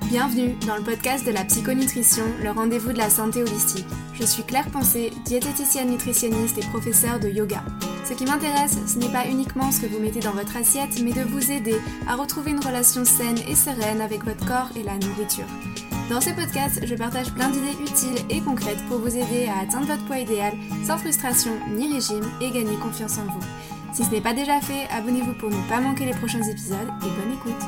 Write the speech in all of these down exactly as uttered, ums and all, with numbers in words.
Bienvenue dans le podcast de la psychonutrition, le rendez-vous de la santé holistique. Je suis Claire Poncé, diététicienne nutritionniste et professeure de yoga. Ce qui m'intéresse, ce n'est pas uniquement ce que vous mettez dans votre assiette, mais de vous aider à retrouver une relation saine et sereine avec votre corps et la nourriture. Dans ce podcast, je partage plein d'idées utiles et concrètes pour vous aider à atteindre votre poids idéal sans frustration ni régime et gagner confiance en vous. Si ce n'est pas déjà fait, abonnez-vous pour ne pas manquer les prochains épisodes et bonne écoute.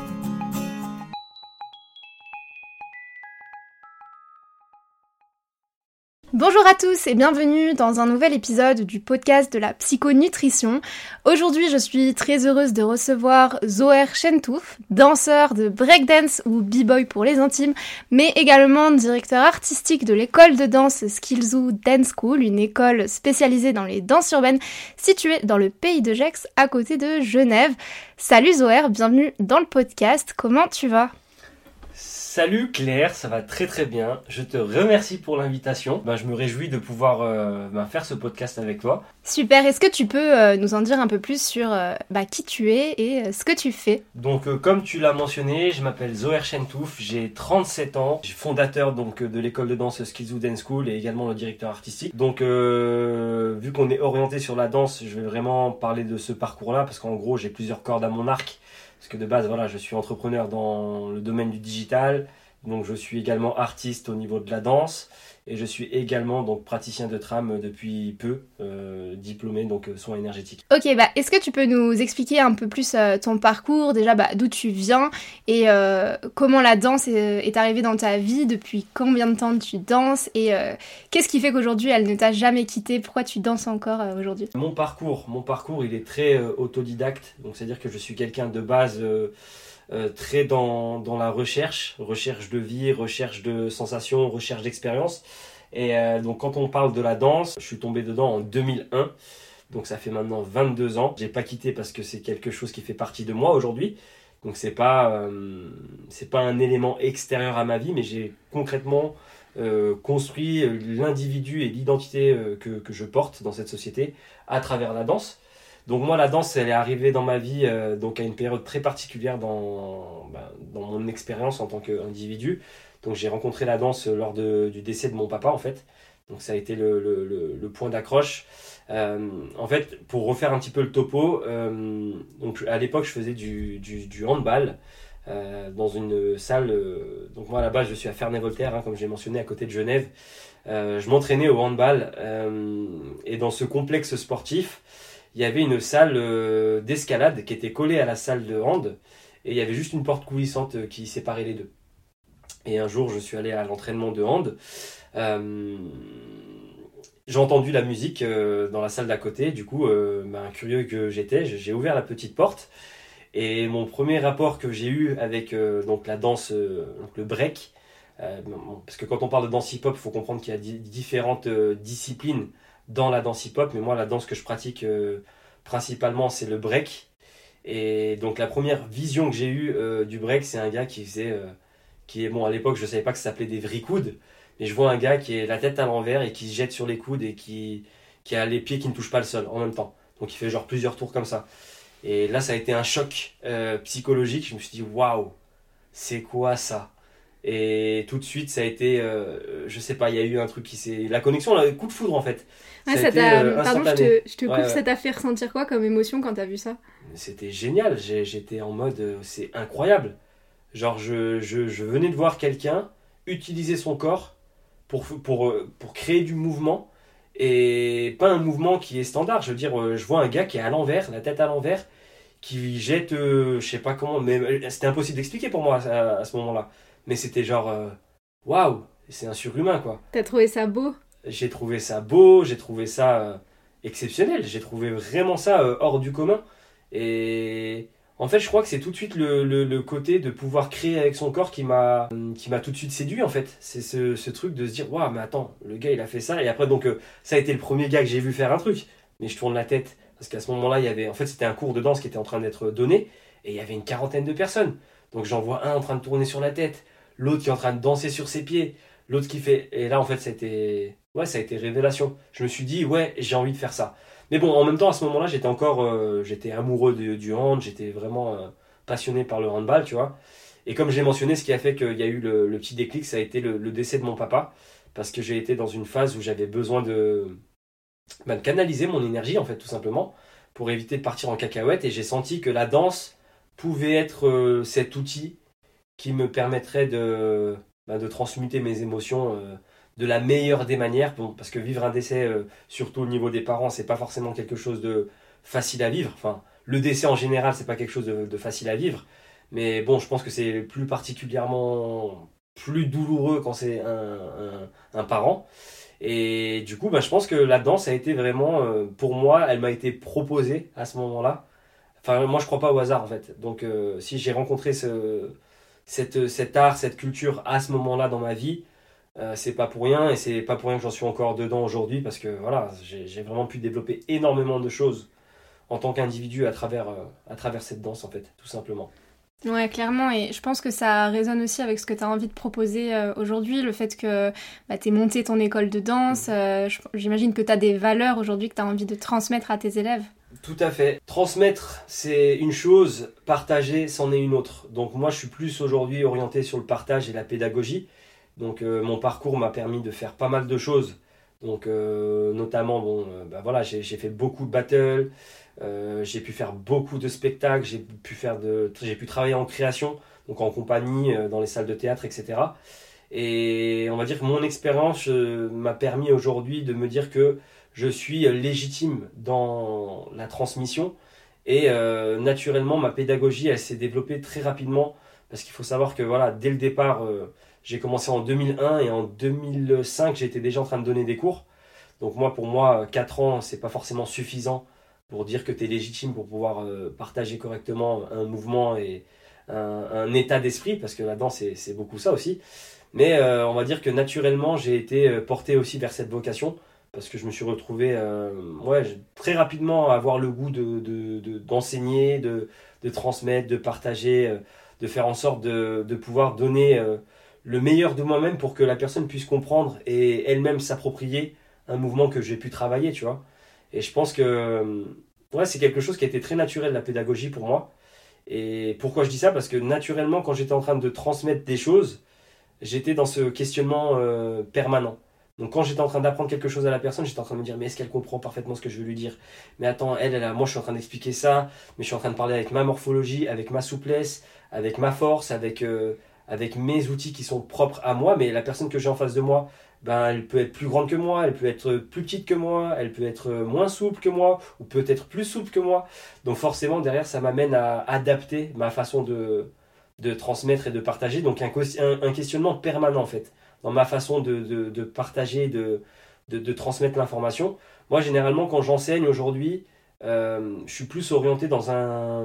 Bonjour à tous et bienvenue dans un nouvel épisode du podcast de la psychonutrition. Aujourd'hui, je suis très heureuse de recevoir Zoher Chentouf, danseur de breakdance ou b-boy pour les intimes, mais également directeur artistique de l'école de danse Skillzoo Dance School, une école spécialisée dans les danses urbaines située dans le pays de Gex, à côté de Genève. Salut Zoher, bienvenue dans le podcast, comment tu vas ? Salut Claire, ça va très très bien. Je te remercie pour l'invitation. Ben, je me réjouis de pouvoir euh, ben, faire ce podcast avec toi. Super, est-ce que tu peux euh, nous en dire un peu plus sur euh, bah, qui tu es et euh, ce que tu fais ? Donc euh, comme tu l'as mentionné, je m'appelle Zoher Chentouf, j'ai trente-sept ans. Je suis fondateur donc, de l'école de danse Skillzoo Dance School et également le directeur artistique. Donc euh, vu qu'on est orienté sur la danse, je vais vraiment parler de ce parcours-là parce qu'en gros j'ai plusieurs cordes à mon arc. Parce que de base, voilà, je suis entrepreneur dans le domaine du digital, donc je suis également artiste au niveau de la danse, et je suis également donc praticien de tram depuis peu, euh, diplômé donc soins énergétiques. Ok, bah est-ce que tu peux nous expliquer un peu plus euh, ton parcours, déjà bah, d'où tu viens et euh, comment la danse est, est arrivée dans ta vie, depuis combien de temps tu danses et euh, qu'est-ce qui fait qu'aujourd'hui elle ne t'a jamais quitté, pourquoi tu danses encore euh, aujourd'hui ? Mon parcours, mon parcours, il est très euh, autodidacte, donc c'est-à-dire que je suis quelqu'un de base euh, euh, très dans, dans la recherche, recherche de vie, recherche de sensations, recherche d'expérience. Et euh, donc quand on parle de la danse, je suis tombé dedans en deux mille un, donc ça fait maintenant vingt-deux ans. J'ai pas quitté parce que c'est quelque chose qui fait partie de moi aujourd'hui. Donc c'est pas, euh, c'est pas un élément extérieur à ma vie, mais j'ai concrètement euh, construit l'individu et l'identité euh, que, que je porte dans cette société à travers la danse. Donc moi la danse elle est arrivée dans ma vie euh, donc à une période très particulière dans, ben, dans mon expérience en tant qu'individu. Donc j'ai rencontré la danse lors de, du décès de mon papa en fait. Donc ça a été le, le, le, le point d'accroche. Euh, en fait pour refaire un petit peu le topo, euh, donc à l'époque je faisais du, du, du handball euh, dans une salle. Euh, donc moi à la base je suis à Ferney-Voltaire hein, comme j'ai mentionné à côté de Genève. Euh, je m'entraînais au handball euh, et dans ce complexe sportif il y avait une salle euh, d'escalade qui était collée à la salle de hand et il y avait juste une porte coulissante euh, qui séparait les deux. Et un jour, je suis allé à l'entraînement de hand. Euh, j'ai entendu la musique euh, dans la salle d'à côté. Du coup, euh, ben, curieux que j'étais, j'ai ouvert la petite porte. Et mon premier rapport que j'ai eu avec euh, donc la danse, euh, donc le break, euh, parce que quand on parle de danse hip-hop, il faut comprendre qu'il y a di- différentes euh, disciplines dans la danse hip-hop, mais moi la danse que je pratique euh, principalement c'est le break. Et donc la première vision que j'ai eue euh, du break, c'est un gars qui faisait, euh, qui est bon à l'époque je savais pas que ça s'appelait des vrais coudes, mais je vois un gars qui est la tête à l'envers et qui se jette sur les coudes et qui, qui a les pieds qui ne touchent pas le sol en même temps. Donc il fait genre plusieurs tours comme ça. Et là ça a été un choc euh, psychologique, je me suis dit waouh, c'est quoi ça ? Et tout de suite ça a été, euh, je sais pas, il y a eu un truc qui s'est, la connexion, le coup de foudre en fait. Ah, ça ça a été, t'a... euh, Pardon, je instantané. te, je te coupe, Ouais, ouais. ça t'a fait ressentir quoi comme émotion quand t'as vu ça ? C'était génial, J'ai- j'étais en mode euh, c'est incroyable. Genre je, je, je venais de voir quelqu'un utiliser son corps pour, pour, euh, pour créer du mouvement et pas un mouvement qui est standard. Je veux dire, euh, je vois un gars qui est à l'envers, la tête à l'envers, qui jette, euh, je sais pas comment, mais euh, c'était impossible d'expliquer pour moi à, à ce moment-là. Mais c'était genre euh, waouh, c'est un surhumain quoi. T'as trouvé ça beau ? J'ai trouvé ça beau, j'ai trouvé ça euh, exceptionnel, j'ai trouvé vraiment ça euh, hors du commun. Et en fait, je crois que c'est tout de suite le, le, le côté de pouvoir créer avec son corps qui m'a, qui m'a tout de suite séduit en fait. C'est ce, ce truc de se dire, waouh, mais attends, le gars il a fait ça. Et après, donc, euh, ça a été le premier gars que j'ai vu faire un truc. Mais je tourne la tête parce qu'à ce moment-là, il y avait, en fait, c'était un cours de danse qui était en train d'être donné et il y avait une quarantaine de personnes. Donc j'en vois un en train de tourner sur la tête, l'autre qui est en train de danser sur ses pieds, l'autre qui fait. Et là, en fait, ça a été, ouais, ça a été révélation. Je me suis dit, ouais, j'ai envie de faire ça. Mais bon, en même temps, à ce moment-là, j'étais encore, euh, j'étais amoureux de- du hand, j'étais vraiment euh, passionné par le handball, tu vois. Et comme j'ai mentionné, ce qui a fait qu'il y a eu le, le petit déclic, ça a été le, le décès de mon papa, parce que j'ai été dans une phase où j'avais besoin de, bah, de canaliser mon énergie, en fait, tout simplement, pour éviter de partir en cacahuète. Et j'ai senti que la danse pouvait être euh, cet outil qui me permettrait de, bah, de transmuter mes émotions euh, de la meilleure des manières. Bon, parce que vivre un décès, euh, surtout au niveau des parents, c'est pas forcément quelque chose de facile à vivre. Enfin, le décès en général, c'est pas quelque chose de, de facile à vivre. Mais bon, je pense que c'est plus particulièrement plus douloureux quand c'est un, un, un parent. Et du coup, bah, je pense que la danse a été vraiment, euh, pour moi, elle m'a été proposée à ce moment-là. Enfin, moi, je crois pas au hasard, en fait. Donc, euh, si j'ai rencontré ce, cette, cet art, cette culture à ce moment-là dans ma vie, euh, c'est pas pour rien. Et c'est pas pour rien que j'en suis encore dedans aujourd'hui, parce que voilà, j'ai, j'ai vraiment pu développer énormément de choses en tant qu'individu à travers, euh, à travers cette danse, en fait, tout simplement. Ouais, clairement, et je pense que ça résonne aussi avec ce que tu as envie de proposer euh, aujourd'hui, le fait que bah, tu aies monté ton école de danse, euh, j'imagine que tu as des valeurs aujourd'hui que tu as envie de transmettre à tes élèves. Tout à fait. Transmettre, c'est une chose, partager, c'en est une autre. Donc moi, je suis plus aujourd'hui orienté sur le partage et la pédagogie. Donc euh, mon parcours m'a permis de faire pas mal de choses. Donc euh, notamment, bon, euh, bah, voilà, j'ai, j'ai fait beaucoup de battles. Euh, j'ai pu faire beaucoup de spectacles, j'ai pu faire de, j'ai pu travailler en création, donc en compagnie, euh, dans les salles de théâtre, et cetera. Et on va dire que mon expérience euh, m'a permis aujourd'hui de me dire que je suis légitime dans la transmission. Et euh, naturellement, ma pédagogie, elle s'est développée très rapidement, parce qu'il faut savoir que voilà, dès le départ, euh, j'ai commencé en deux mille un et en deux mille cinq, j'étais déjà en train de donner des cours. Donc moi, pour moi, quatre ans, c'est pas forcément suffisant pour dire que tu es légitime pour pouvoir euh, partager correctement un mouvement et un, un état d'esprit, parce que la danse, c'est, c'est beaucoup ça aussi. Mais euh, on va dire que naturellement, j'ai été porté aussi vers cette vocation, parce que je me suis retrouvé euh, ouais, très rapidement à avoir le goût de, de, de, d'enseigner, de, de transmettre, de partager, euh, de faire en sorte de, de pouvoir donner euh, le meilleur de moi-même pour que la personne puisse comprendre et elle-même s'approprier un mouvement que j'ai pu travailler, tu vois. Et je pense que ouais, c'est quelque chose qui a été très naturel, la pédagogie, pour moi. Et pourquoi je dis ça? Parce que naturellement, quand j'étais en train de transmettre des choses, j'étais dans ce questionnement euh, permanent. Donc quand j'étais en train d'apprendre quelque chose à la personne, j'étais en train de me dire, mais est-ce qu'elle comprend parfaitement ce que je veux lui dire? Mais attends, elle, elle a, moi je suis en train d'expliquer ça, mais je suis en train de parler avec ma morphologie, avec ma souplesse, avec ma force, avec, euh, avec mes outils qui sont propres à moi, mais la personne que j'ai en face de moi, ben, elle peut être plus grande que moi, elle peut être plus petite que moi, elle peut être moins souple que moi, ou peut-être plus souple que moi. Donc forcément, derrière, ça m'amène à adapter ma façon de, de transmettre et de partager. Donc un, un, un questionnement permanent, en fait, dans ma façon de, de, de partager, de, de, de transmettre l'information. Moi, généralement, quand j'enseigne aujourd'hui, euh, je suis plus orienté dans un,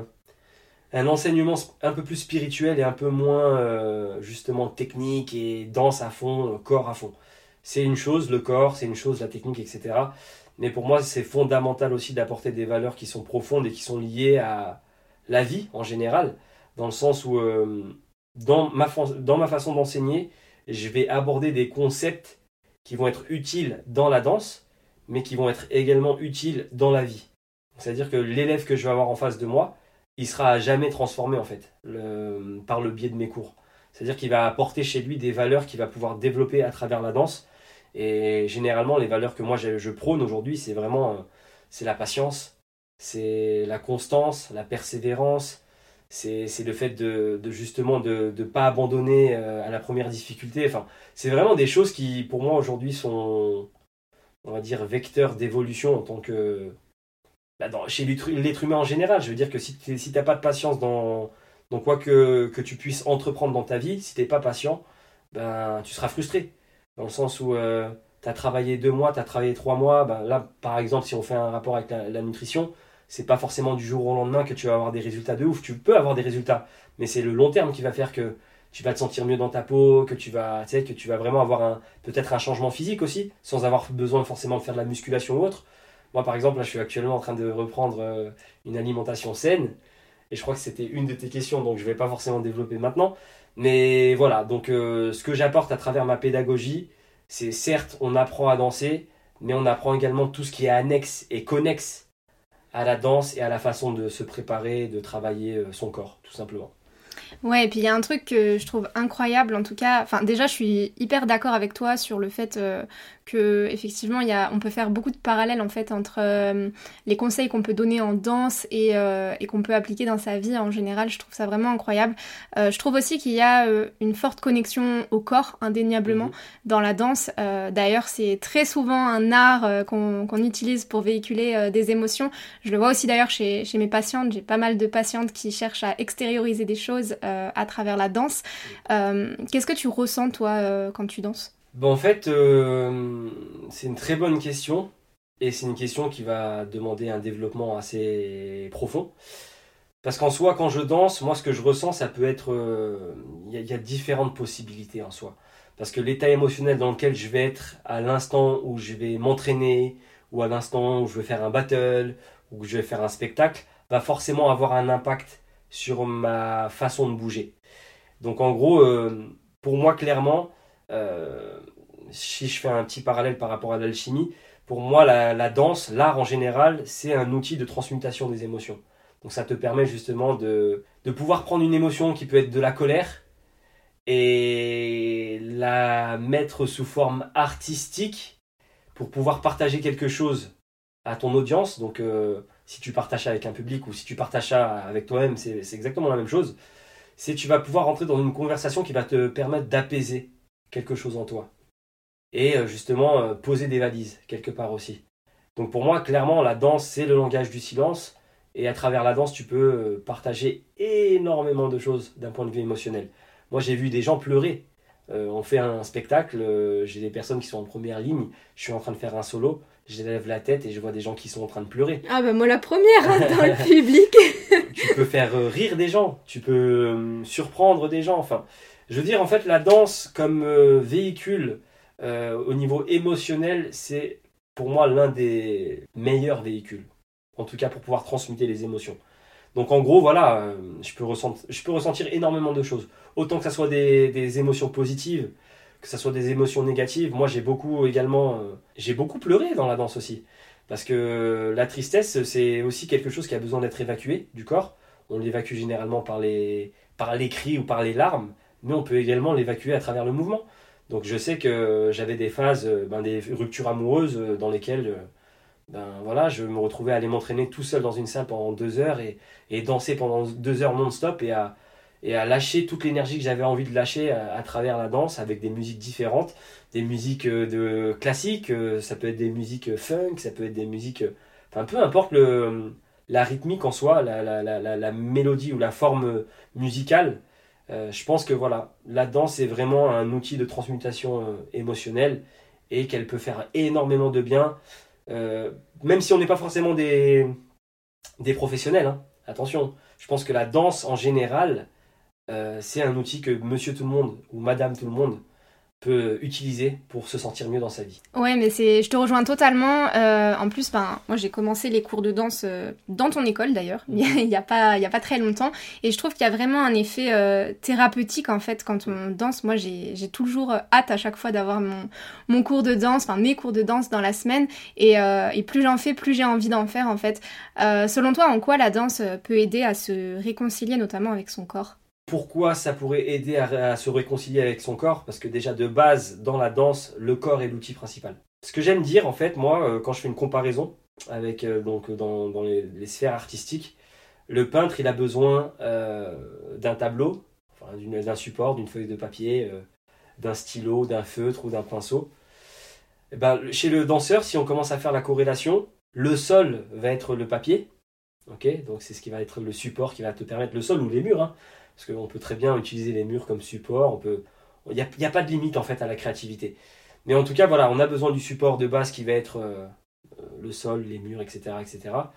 un enseignement un peu plus spirituel et un peu moins, euh, justement, technique et danse à fond, corps à fond. C'est une chose, le corps, c'est une chose, la technique, et cetera. Mais pour moi, c'est fondamental aussi d'apporter des valeurs qui sont profondes et qui sont liées à la vie en général, dans le sens où, euh, dans, ma fa- dans ma façon d'enseigner, je vais aborder des concepts qui vont être utiles dans la danse, mais qui vont être également utiles dans la vie. C'est-à-dire que l'élève que je vais avoir en face de moi, il sera à jamais transformé, en fait, le, par le biais de mes cours. C'est-à-dire qu'il va apporter chez lui des valeurs qu'il va pouvoir développer à travers la danse. Et généralement, les valeurs que moi je, je prône aujourd'hui, c'est vraiment euh, c'est la patience, c'est la constance, la persévérance, c'est, c'est le fait de, de justement de ne pas abandonner euh, à la première difficulté. Enfin, c'est vraiment des choses qui, pour moi, aujourd'hui, sont, on va dire, vecteurs d'évolution en tant que... Bah, dans, chez l'être, l'être humain en général. Je veux dire que si tu si t'as pas de patience dans, dans quoi que, que tu puisses entreprendre dans ta vie, si tu n'es pas patient, ben, tu seras frustré. Dans le sens où euh, tu as travaillé deux mois, tu as travaillé trois mois. Ben là, par exemple, si on fait un rapport avec la, la nutrition, c'est pas forcément du jour au lendemain que tu vas avoir des résultats de ouf. Tu peux avoir des résultats, mais c'est le long terme qui va faire que tu vas te sentir mieux dans ta peau, que tu vas, tu sais, que tu vas vraiment avoir un, peut-être un changement physique aussi, sans avoir besoin forcément de faire de la musculation ou autre. Moi, par exemple, là, je suis actuellement en train de reprendre euh, une alimentation saine, et je crois que c'était une de tes questions, donc je ne vais pas forcément développer maintenant. Mais voilà, donc euh, ce que j'apporte à travers ma pédagogie, c'est certes, on apprend à danser, mais on apprend également tout ce qui est annexe et connexe à la danse et à la façon de se préparer, de travailler euh, son corps, tout simplement. Ouais, et puis il y a un truc que je trouve incroyable, en tout cas, enfin déjà je suis hyper d'accord avec toi sur le fait euh, que effectivement il y a, on peut faire beaucoup de parallèles en fait entre euh, les conseils qu'on peut donner en danse et, euh, et qu'on peut appliquer dans sa vie en général. Je trouve ça vraiment incroyable. Euh, je trouve aussi qu'il y a euh, une forte connexion au corps, indéniablement, Mhm. dans la danse. Euh, d'ailleurs, c'est très souvent un art euh, qu'on, qu'on utilise pour véhiculer euh, des émotions. Je le vois aussi d'ailleurs chez, chez mes patientes. J'ai pas mal de patientes qui cherchent à extérioriser des choses euh, à travers la danse. Euh, qu'est-ce que tu ressens, toi, euh, quand tu danses? Bon, en fait, euh, c'est une très bonne question et c'est une question qui va demander un développement assez profond. Parce qu'en soi, quand je danse, moi, ce que je ressens, ça peut être... euh, Il y, a- il y a différentes possibilités en soi. Parce que l'état émotionnel dans lequel je vais être à l'instant où je vais m'entraîner, ou à l'instant où je vais faire un battle, ou que je vais faire un spectacle, va forcément avoir un impact sur ma façon de bouger. Donc en gros, euh, pour moi, clairement, euh, si je fais un petit parallèle par rapport à l'alchimie, pour moi, la, la danse, l'art en général, c'est un outil de transmutation des émotions. Donc ça te permet justement de, de pouvoir prendre une émotion qui peut être de la colère et la mettre sous forme artistique pour pouvoir partager quelque chose à ton audience. Donc euh, si tu partages ça avec un public ou si tu partages ça avec toi-même, c'est c'est exactement la même chose. C'est tu vas pouvoir rentrer dans une conversation qui va te permettre d'apaiser quelque chose en toi. Et euh, justement, euh, poser des valises quelque part aussi. Donc pour moi, clairement, la danse, c'est le langage du silence. Et à travers la danse, tu peux euh, partager énormément de choses d'un point de vue émotionnel. Moi, j'ai vu des gens pleurer. Euh, on fait un spectacle, euh, j'ai des personnes qui sont en première ligne, je suis en train de faire un solo, je lève la tête et je vois des gens qui sont en train de pleurer. Ah bah moi la première hein, dans le public. Tu peux faire euh, rire des gens, tu peux euh, surprendre des gens. Enfin, je veux dire, en fait, la danse comme euh, véhicule euh, au niveau émotionnel, c'est pour moi l'un des meilleurs véhicules. En tout cas, pour pouvoir transmuter les émotions. Donc, en gros, voilà, euh, je peux ressentir, je peux ressentir énormément de choses. Autant que ça soit des, des émotions positives, que ça soit des émotions négatives. Moi, j'ai beaucoup également, euh, j'ai beaucoup pleuré dans la danse aussi. Parce que la tristesse, c'est aussi quelque chose qui a besoin d'être évacué du corps. On l'évacue généralement par les, par les cris ou par les larmes, mais on peut également l'évacuer à travers le mouvement. Donc je sais que j'avais des phases, euh, ben, des ruptures amoureuses euh, dans lesquelles euh, ben, voilà, je me retrouvais à aller m'entraîner tout seul dans une salle pendant deux heures et, et danser pendant deux heures non-stop et à, et à lâcher toute l'énergie que j'avais envie de lâcher à, à travers la danse avec des musiques différentes, des musiques euh, de classiques, euh, ça peut être des musiques funk, ça peut être des musiques, euh, enfin peu importe le, la rythmique en soi, la, la, la, la, la mélodie ou la forme musicale. Euh, je pense que voilà, la danse est vraiment un outil de transmutation euh, émotionnelle et qu'elle peut faire énormément de bien, euh, même si on n'est pas forcément des, des professionnels, hein. Attention, je pense que la danse en général, euh, c'est un outil que monsieur tout le monde ou madame tout le monde peut utiliser pour se sentir mieux dans sa vie. Ouais, mais c'est, je te rejoins totalement. Euh, en plus, ben, moi j'ai commencé les cours de danse euh, dans ton école d'ailleurs, il y a, il y a pas, il y a pas très longtemps, et je trouve qu'il y a vraiment un effet euh, thérapeutique en fait quand on danse. Moi, j'ai, j'ai toujours hâte à chaque fois d'avoir mon, mon cours de danse, enfin mes cours de danse dans la semaine, et, euh, et plus j'en fais, plus j'ai envie d'en faire en fait. Euh, selon toi, en quoi la danse peut aider à se réconcilier notamment avec son corps? Pourquoi ça pourrait aider à, à se réconcilier avec son corps? Parce que déjà de base, dans la danse, le corps est l'outil principal. Ce que j'aime dire, en fait, moi, euh, quand je fais une comparaison avec euh, donc dans, dans les, les sphères artistiques, le peintre, il a besoin euh, d'un tableau, enfin, d'une- d'un support, d'une feuille de papier, euh, d'un stylo, d'un feutre ou d'un pinceau. Eh ben, chez le danseur, si on commence à faire la corrélation, le sol va être le papier, ok? Donc c'est ce qui va être le support qui va te permettre le sol ou les murs, hein, parce qu'on peut très bien utiliser les murs comme support. On peut, il n'y a, il y a pas de limite en fait à la créativité. Mais en tout cas, voilà, on a besoin du support de base qui va être euh, le sol, les murs, et cetera, et cetera.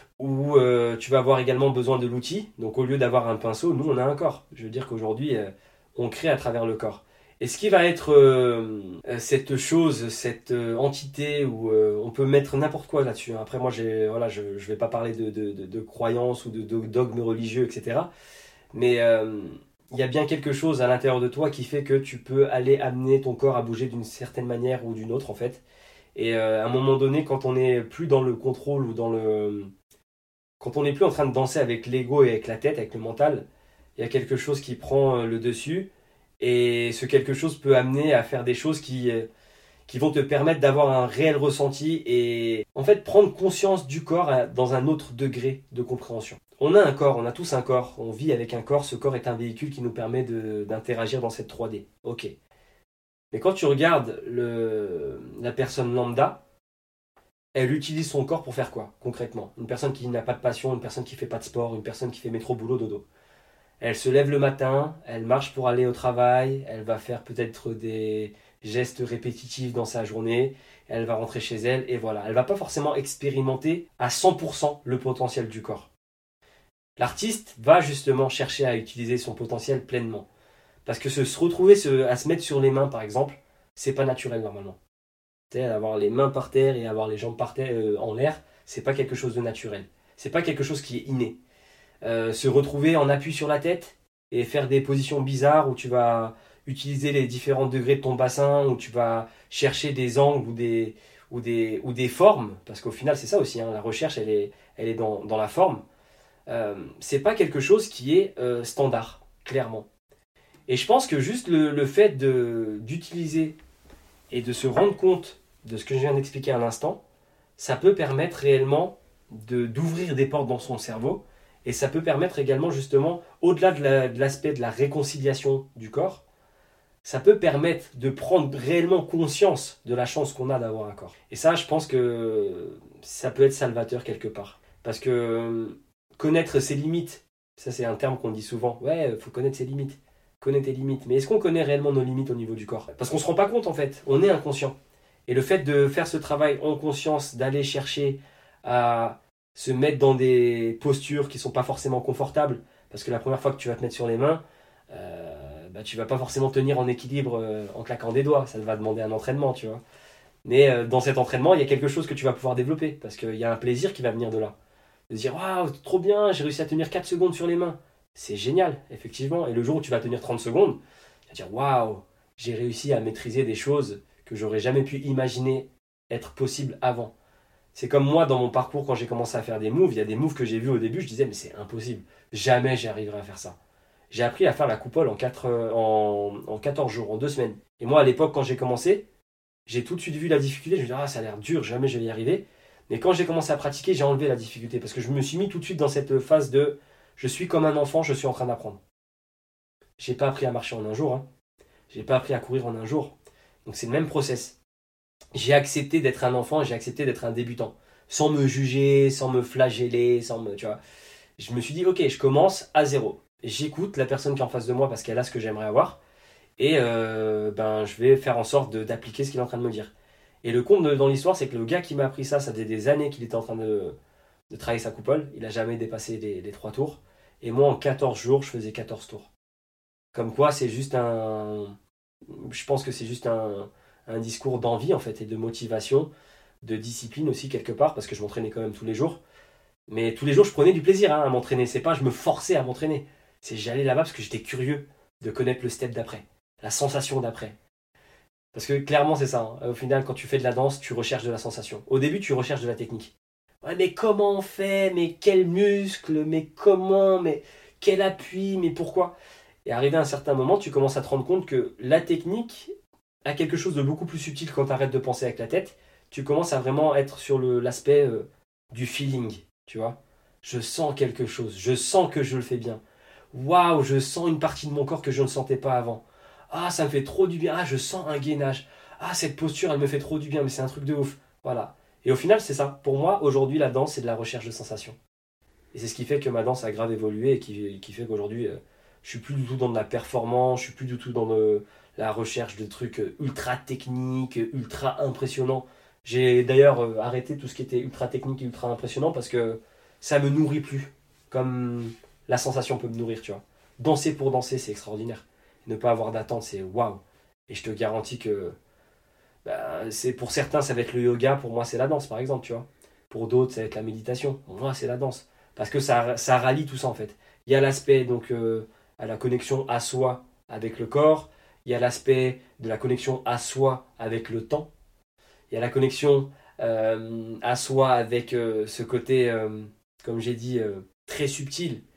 Ou euh, tu vas avoir également besoin de l'outil. Donc au lieu d'avoir un pinceau, nous on a un corps. Je veux dire qu'aujourd'hui, euh, on crée à travers le corps. Et ce qui va être euh, euh, cette chose, cette euh, entité où euh, on peut mettre n'importe quoi là-dessus, hein. Après moi, j'ai, voilà, je ne vais pas parler de, de, de, de croyances ou de, de dogmes religieux, et cetera. Mais euh, il y a bien quelque chose à l'intérieur de toi qui fait que tu peux aller amener ton corps à bouger d'une certaine manière ou d'une autre en fait. Et euh, à un moment donné, quand on n'est plus dans le contrôle ou dans le... Quand on n'est plus en train de danser avec l'ego et avec la tête, avec le mental, il y a quelque chose qui prend le dessus et ce quelque chose peut amener à faire des choses qui, qui vont te permettre d'avoir un réel ressenti et en fait prendre conscience du corps dans un autre degré de compréhension. On a un corps, on a tous un corps, on vit avec un corps, ce corps est un véhicule qui nous permet de, d'interagir dans cette trois D. Ok. Mais quand tu regardes le, la personne lambda, elle utilise son corps pour faire quoi, concrètement? Une personne qui n'a pas de passion, une personne qui ne fait pas de sport, une personne qui fait métro, boulot, dodo. Elle se lève le matin, elle marche pour aller au travail, elle va faire peut-être des gestes répétitifs dans sa journée, elle va rentrer chez elle et voilà. Elle ne va pas forcément expérimenter à cent pour cent le potentiel du corps. L'artiste va justement chercher à utiliser son potentiel pleinement. Parce que se, se retrouver se, à se mettre sur les mains, par exemple, c'est pas naturel normalement. Tu sais, avoir les mains par terre et avoir les jambes par terre, euh, en l'air, c'est pas quelque chose de naturel. C'est pas quelque chose qui est inné. Euh, se retrouver en appui sur la tête et faire des positions bizarres où tu vas utiliser les différents degrés de ton bassin, où tu vas chercher des angles ou des, ou des, ou des formes, parce qu'au final c'est ça aussi, hein, la recherche elle est, elle est dans, dans la forme. Euh, c'est pas quelque chose qui est euh, standard, clairement. Et je pense que juste le, le fait de, d'utiliser et de se rendre compte de ce que je viens d'expliquer à l'instant, ça peut permettre réellement de, d'ouvrir des portes dans son cerveau et ça peut permettre également justement, au-delà de, la, de l'aspect de la réconciliation du corps, ça peut permettre de prendre réellement conscience de la chance qu'on a d'avoir un corps. Et ça, je pense que ça peut être salvateur quelque part. Parce que connaître ses limites, ça c'est un terme qu'on dit souvent, ouais, il faut connaître ses limites. Connaît tes limites. Mais est-ce qu'on connaît réellement nos limites au niveau du corps? Parce qu'on ne se rend pas compte en fait, on est inconscient. Et le fait de faire ce travail en conscience, d'aller chercher à se mettre dans des postures qui ne sont pas forcément confortables, parce que la première fois que tu vas te mettre sur les mains, euh, bah, tu ne vas pas forcément tenir en équilibre euh, en claquant des doigts, ça va demander un entraînement, tu vois. Mais euh, dans cet entraînement, il y a quelque chose que tu vas pouvoir développer, parce qu'il y a un plaisir qui va venir de là. De se dire, waouh, trop bien, j'ai réussi à tenir quatre secondes sur les mains. C'est génial, effectivement. Et le jour où tu vas tenir trente secondes, tu vas dire waouh, j'ai réussi à maîtriser des choses que j'aurais jamais pu imaginer être possibles avant. C'est comme moi dans mon parcours quand j'ai commencé à faire des moves. Il y a des moves que j'ai vus au début, je disais mais c'est impossible. Jamais j'y arriverai à faire ça. J'ai appris à faire la coupole en, quatre, en, en quatorze jours, en deux semaines. Et moi à l'époque quand j'ai commencé, j'ai tout de suite vu la difficulté. Je me disais ah ça a l'air dur, jamais je vais y arriver. Mais quand j'ai commencé à pratiquer, j'ai enlevé la difficulté parce que je me suis mis tout de suite dans cette phase de je suis comme un enfant, je suis en train d'apprendre. J'ai pas appris à marcher en un jour. Hein. J'ai pas appris à courir en un jour. Donc c'est le même process. J'ai accepté d'être un enfant, j'ai accepté d'être un débutant. Sans me juger, sans me flageller, sans me, tu vois. Je me suis dit, ok, je commence à zéro. J'écoute la personne qui est en face de moi parce qu'elle a ce que j'aimerais avoir. Et euh, ben, je vais faire en sorte de, d'appliquer ce qu'il est en train de me dire. Et le compte de, dans l'histoire, c'est que le gars qui m'a appris ça, ça faisait des années qu'il était en train de, de travailler sa coupole. Il n'a jamais dépassé les, les trois tours. Et moi, en quatorze jours, je faisais quatorze tours. Comme quoi, c'est juste un... Je pense que c'est juste un, un discours d'envie, en fait, et de motivation, de discipline aussi, quelque part, parce que je m'entraînais quand même tous les jours. Mais tous les jours, je prenais du plaisir hein, à m'entraîner. C'est pas je me forçais à m'entraîner. C'est j'allais là-bas parce que j'étais curieux de connaître le step d'après, la sensation d'après. Parce que clairement, c'est ça. Hein. Au final, quand tu fais de la danse, tu recherches de la sensation. Au début, tu recherches de la technique. Ouais, mais comment on fait? Mais quel muscle? Mais comment? Mais quel appui? Mais pourquoi? Et arrivé à un certain moment, tu commences à te rendre compte que la technique a quelque chose de beaucoup plus subtil quand tu arrêtes de penser avec la tête. Tu commences à vraiment être sur le, l'aspect euh, du feeling, tu vois. Je sens quelque chose, je sens que je le fais bien. Waouh, je sens une partie de mon corps que je ne sentais pas avant. Ah, ça me fait trop du bien. Ah, je sens un gainage. Ah, cette posture, elle me fait trop du bien, mais c'est un truc de ouf. Voilà. Et au final, c'est ça. Pour moi, aujourd'hui, la danse, c'est de la recherche de sensations. Et c'est ce qui fait que ma danse a grave évolué et qui, qui fait qu'aujourd'hui, euh, je suis plus du tout dans de la performance, je suis plus du tout dans de, la recherche de trucs ultra techniques, ultra impressionnants. J'ai d'ailleurs euh, arrêté tout ce qui était ultra technique et ultra impressionnant parce que ça me nourrit plus. Comme la sensation peut me nourrir, tu vois. Danser pour danser, c'est extraordinaire. Ne pas avoir d'attente, c'est waouh. Et je te garantis que bah, c'est, pour certains, ça va être le yoga. Pour moi, c'est la danse, par exemple, tu vois. Pour d'autres, ça va être la méditation. Pour moi, c'est la danse. Parce que ça, ça rallie tout ça, en fait. Il y a l'aspect, donc, euh, à la connexion à soi avec le corps. Il y a l'aspect de la connexion à soi avec le temps. Il y a la connexion euh, à soi avec euh, ce côté, euh, comme j'ai dit, euh, très subtil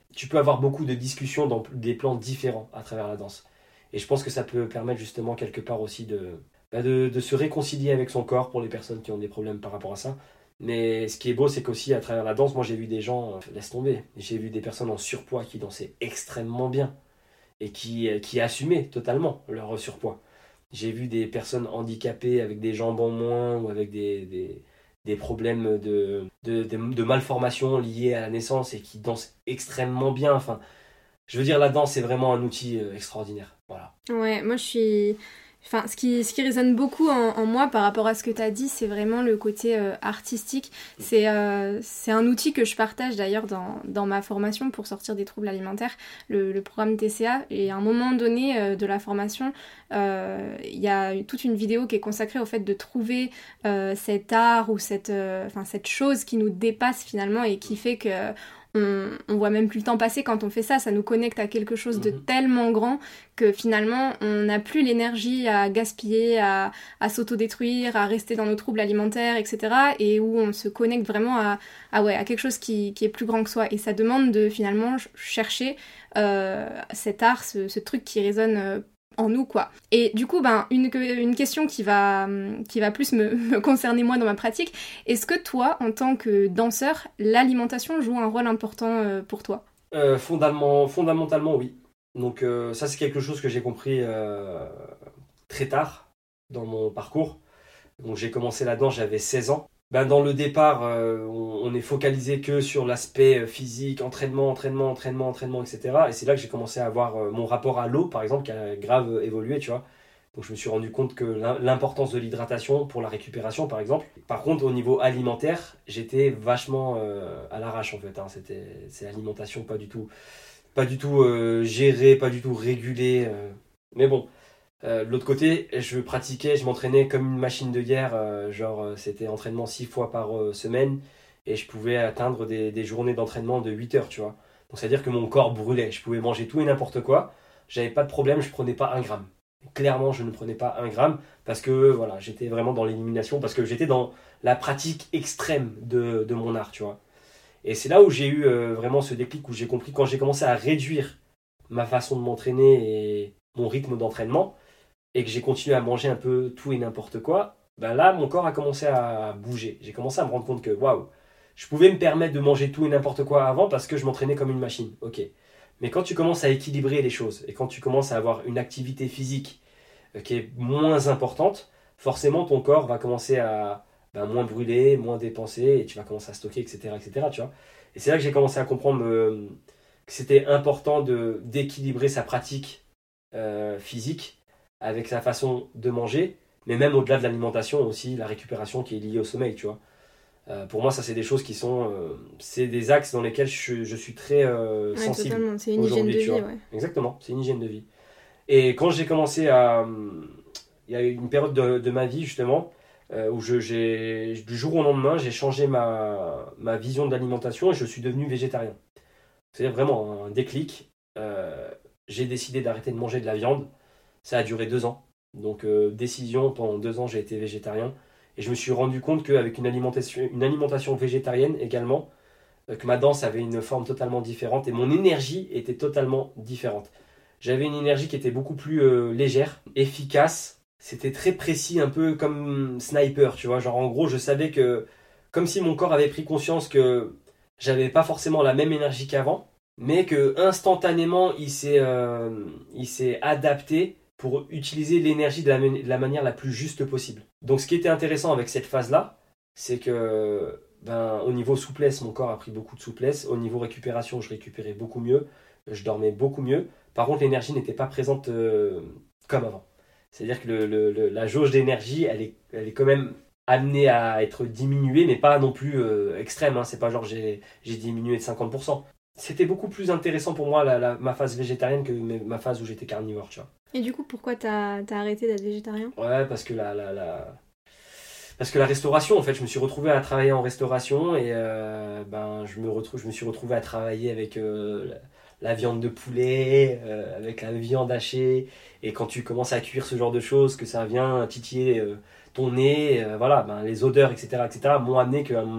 tu peux avoir beaucoup de discussions dans des plans différents à travers la danse. Et je pense que ça peut permettre justement quelque part aussi de, bah de, de se réconcilier avec son corps pour les personnes qui ont des problèmes par rapport à ça. Mais ce qui est beau, c'est qu'aussi à travers la danse, moi j'ai vu des gens, euh, laisse tomber, j'ai vu des personnes en surpoids qui dansaient extrêmement bien et qui, euh, qui assumaient totalement leur surpoids. J'ai vu des personnes handicapées avec des jambes en moins ou avec des, des, des problèmes de, de, de, de malformation liés à la naissance et qui dansent extrêmement bien. Enfin, je veux dire, la danse, c'est vraiment un outil euh, extraordinaire. Voilà. Ouais, moi je suis... Enfin, ce qui, ce qui résonne beaucoup en, en moi par rapport à ce que tu as dit, c'est vraiment le côté euh, artistique. C'est, euh, c'est un outil que je partage d'ailleurs dans, dans ma formation pour sortir des troubles alimentaires, le, le programme T C A. Et à un moment donné euh, de la formation, euh, il y a toute une vidéo qui est consacrée au fait de trouver euh, cet art ou cette, euh, enfin, cette chose qui nous dépasse finalement et qui fait que... On, on voit même plus le temps passer quand on fait ça, ça nous connecte à quelque chose de mmh. tellement grand que finalement on n'a plus l'énergie à gaspiller, à, à s'autodétruire, à rester dans nos troubles alimentaires, et cetera. Et où on se connecte vraiment à, à, ouais, à quelque chose qui, qui est plus grand que soi. Et ça demande de finalement chercher euh, cet art, ce, ce truc qui résonne euh, en nous, quoi. Et du coup, ben, une, une question qui va, qui va plus me, me concerner moi dans ma pratique, est-ce que toi, en tant que danseur, l'alimentation joue un rôle important euh, pour toi ? euh, fondamentalement, fondamentalement, oui. Donc euh, ça, c'est quelque chose que j'ai compris euh, très tard dans mon parcours. Donc j'ai commencé la danse, j'avais seize ans. Ben, dans le départ, euh, on, on est focalisé que sur l'aspect physique, entraînement, entraînement, entraînement, entraînement, et cetera. Et c'est là que j'ai commencé à avoir euh, mon rapport à l'eau, par exemple, qui a grave évolué, tu vois. Donc je me suis rendu compte que l'importance de l'hydratation pour la récupération, par exemple. Par contre, au niveau alimentaire, j'étais vachement euh, à l'arrache, en fait. Hein. C'était, c'est l'alimentation pas du tout, pas du tout euh, gérée, pas du tout régulée. Euh. Mais bon. Euh, de l'autre côté, je pratiquais, je m'entraînais comme une machine de guerre, euh, genre euh, c'était entraînement six fois par euh, semaine et je pouvais atteindre des, des journées d'entraînement de huit heures, tu vois. Donc c'est-à-dire que mon corps brûlait, je pouvais manger tout et n'importe quoi, j'avais pas de problème, je prenais pas un gramme. Clairement, je ne prenais pas un gramme parce que voilà, j'étais vraiment dans l'élimination, parce que j'étais dans la pratique extrême de, de mon art, tu vois. Et c'est là où j'ai eu euh, vraiment ce déclic, où j'ai compris, quand j'ai commencé à réduire ma façon de m'entraîner et mon rythme d'entraînement, et que j'ai continué à manger un peu tout et n'importe quoi, ben là, mon corps a commencé à bouger. J'ai commencé à me rendre compte que, waouh, je pouvais me permettre de manger tout et n'importe quoi avant parce que je m'entraînais comme une machine. Ok. Mais quand tu commences à équilibrer les choses et quand tu commences à avoir une activité physique qui est moins importante, forcément, ton corps va commencer à ben, moins brûler, moins dépenser et tu vas commencer à stocker, et cetera, et cetera, tu vois. Et c'est là que j'ai commencé à comprendre euh, que c'était important de, d'équilibrer sa pratique euh, physique avec sa façon de manger, mais même au-delà de l'alimentation aussi, la récupération qui est liée au sommeil, tu vois. Euh, pour moi, ça, c'est des choses qui sont... Euh, c'est des axes dans lesquels je, je suis très euh, ouais, sensible. Totalement, c'est une hygiène de vie, ouais. Exactement, c'est une hygiène de vie. Et quand j'ai commencé à... Il y a eu une période de, de ma vie, justement, euh, où je, j'ai, du jour au lendemain, j'ai changé ma, ma vision de l'alimentation et je suis devenu végétarien. C'est-à-dire vraiment un déclic. Euh, j'ai décidé d'arrêter de manger de la viande. Ça a duré deux ans. Donc, euh, décision, pendant deux ans, j'ai été végétarien. Et je me suis rendu compte qu'avec une alimentation, une alimentation végétarienne également, euh, que ma danse avait une forme totalement différente et mon énergie était totalement différente. J'avais une énergie qui était beaucoup plus euh, légère, efficace. C'était très précis, un peu comme sniper, tu vois. Genre, en gros, je savais que, comme si mon corps avait pris conscience que j'avais pas forcément la même énergie qu'avant, mais que instantanément, il s'est, euh, il s'est adapté pour utiliser l'énergie de la, de la manière la plus juste possible. Donc ce qui était intéressant avec cette phase-là, c'est que ben, au niveau souplesse, mon corps a pris beaucoup de souplesse. Au niveau récupération, je récupérais beaucoup mieux. Je dormais beaucoup mieux. Par contre, l'énergie n'était pas présente euh, comme avant. C'est-à-dire que le, le, le, la jauge d'énergie, elle est, elle est quand même amenée à être diminuée, mais pas non plus euh, extrême. Hein. C'est pas genre j'ai, j'ai diminué de cinquante pour cent. C'était beaucoup plus intéressant pour moi la, la, ma phase végétarienne que ma phase où j'étais carnivore, tu vois. Et du coup, pourquoi t'as, t'as arrêté d'être végétarien ? Ouais, parce que la, la, la... parce que la restauration, en fait, je me suis retrouvé à travailler en restauration et euh, ben, je, me retrouve, je me suis retrouvé à travailler avec euh, la, la viande de poulet, euh, avec la viande hachée. Et quand tu commences à cuire ce genre de choses, que ça vient titiller euh, ton nez, euh, voilà, ben, les odeurs, et cetera, et cetera, m'ont amené que... Euh,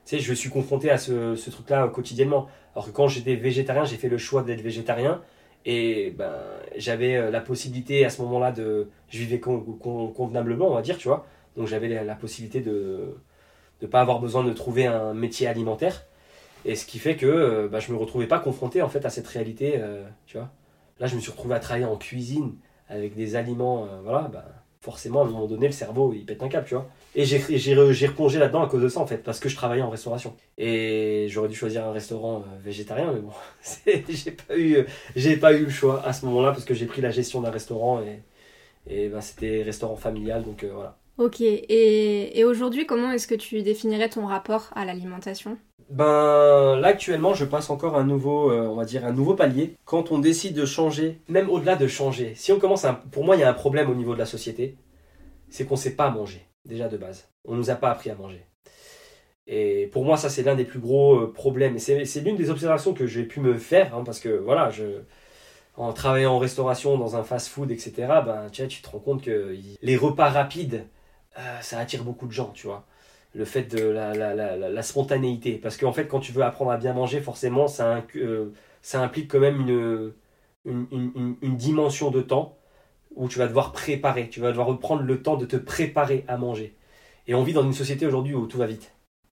sais, je suis confronté à ce, ce truc-là quotidiennement. Alors que quand j'étais végétarien, j'ai fait le choix d'être végétarien. Et ben, j'avais la possibilité à ce moment-là de... Je vivais con, con, convenablement, on va dire, tu vois. Donc j'avais la, la possibilité de ne pas avoir besoin de trouver un métier alimentaire. Et ce qui fait que ben, je ne me retrouvais pas confronté en fait, à cette réalité, euh, tu vois. Là, je me suis retrouvé à travailler en cuisine avec des aliments, euh, voilà, ben, forcément, à un moment donné, le cerveau, il pète un câble, tu vois. Et j'ai, j'ai, j'ai replongé là-dedans à cause de ça, en fait, parce que je travaillais en restauration. Et j'aurais dû choisir un restaurant euh, végétarien, mais bon, c'est, j'ai, pas eu, j'ai pas eu le choix à ce moment-là, parce que j'ai pris la gestion d'un restaurant, et, et ben, c'était restaurant familial, donc euh, voilà. Ok, et, et aujourd'hui, comment est-ce que tu définirais ton rapport à l'alimentation ? Ben là actuellement je passe encore un nouveau, euh, on va dire un nouveau palier. Quand on décide de changer, même au-delà de changer, si on commence à, pour moi il y a un problème au niveau de la société, c'est qu'on ne sait pas manger, déjà de base. On ne nous a pas appris à manger. Et pour moi ça c'est l'un des plus gros euh, problèmes. Et c'est, c'est l'une des observations que j'ai pu me faire, hein, parce que voilà, je, en travaillant en restauration, dans un fast-food, et cetera, ben, tu, sais, tu te rends compte que les repas rapides, euh, ça attire beaucoup de gens, tu vois. Le fait de la, la, la, la spontanéité. Parce qu'en fait, quand tu veux apprendre à bien manger, forcément, ça, euh, ça implique quand même une, une, une, une dimension de temps où tu vas devoir préparer. Tu vas devoir reprendre le temps de te préparer à manger. Et on vit dans une société aujourd'hui où tout va vite.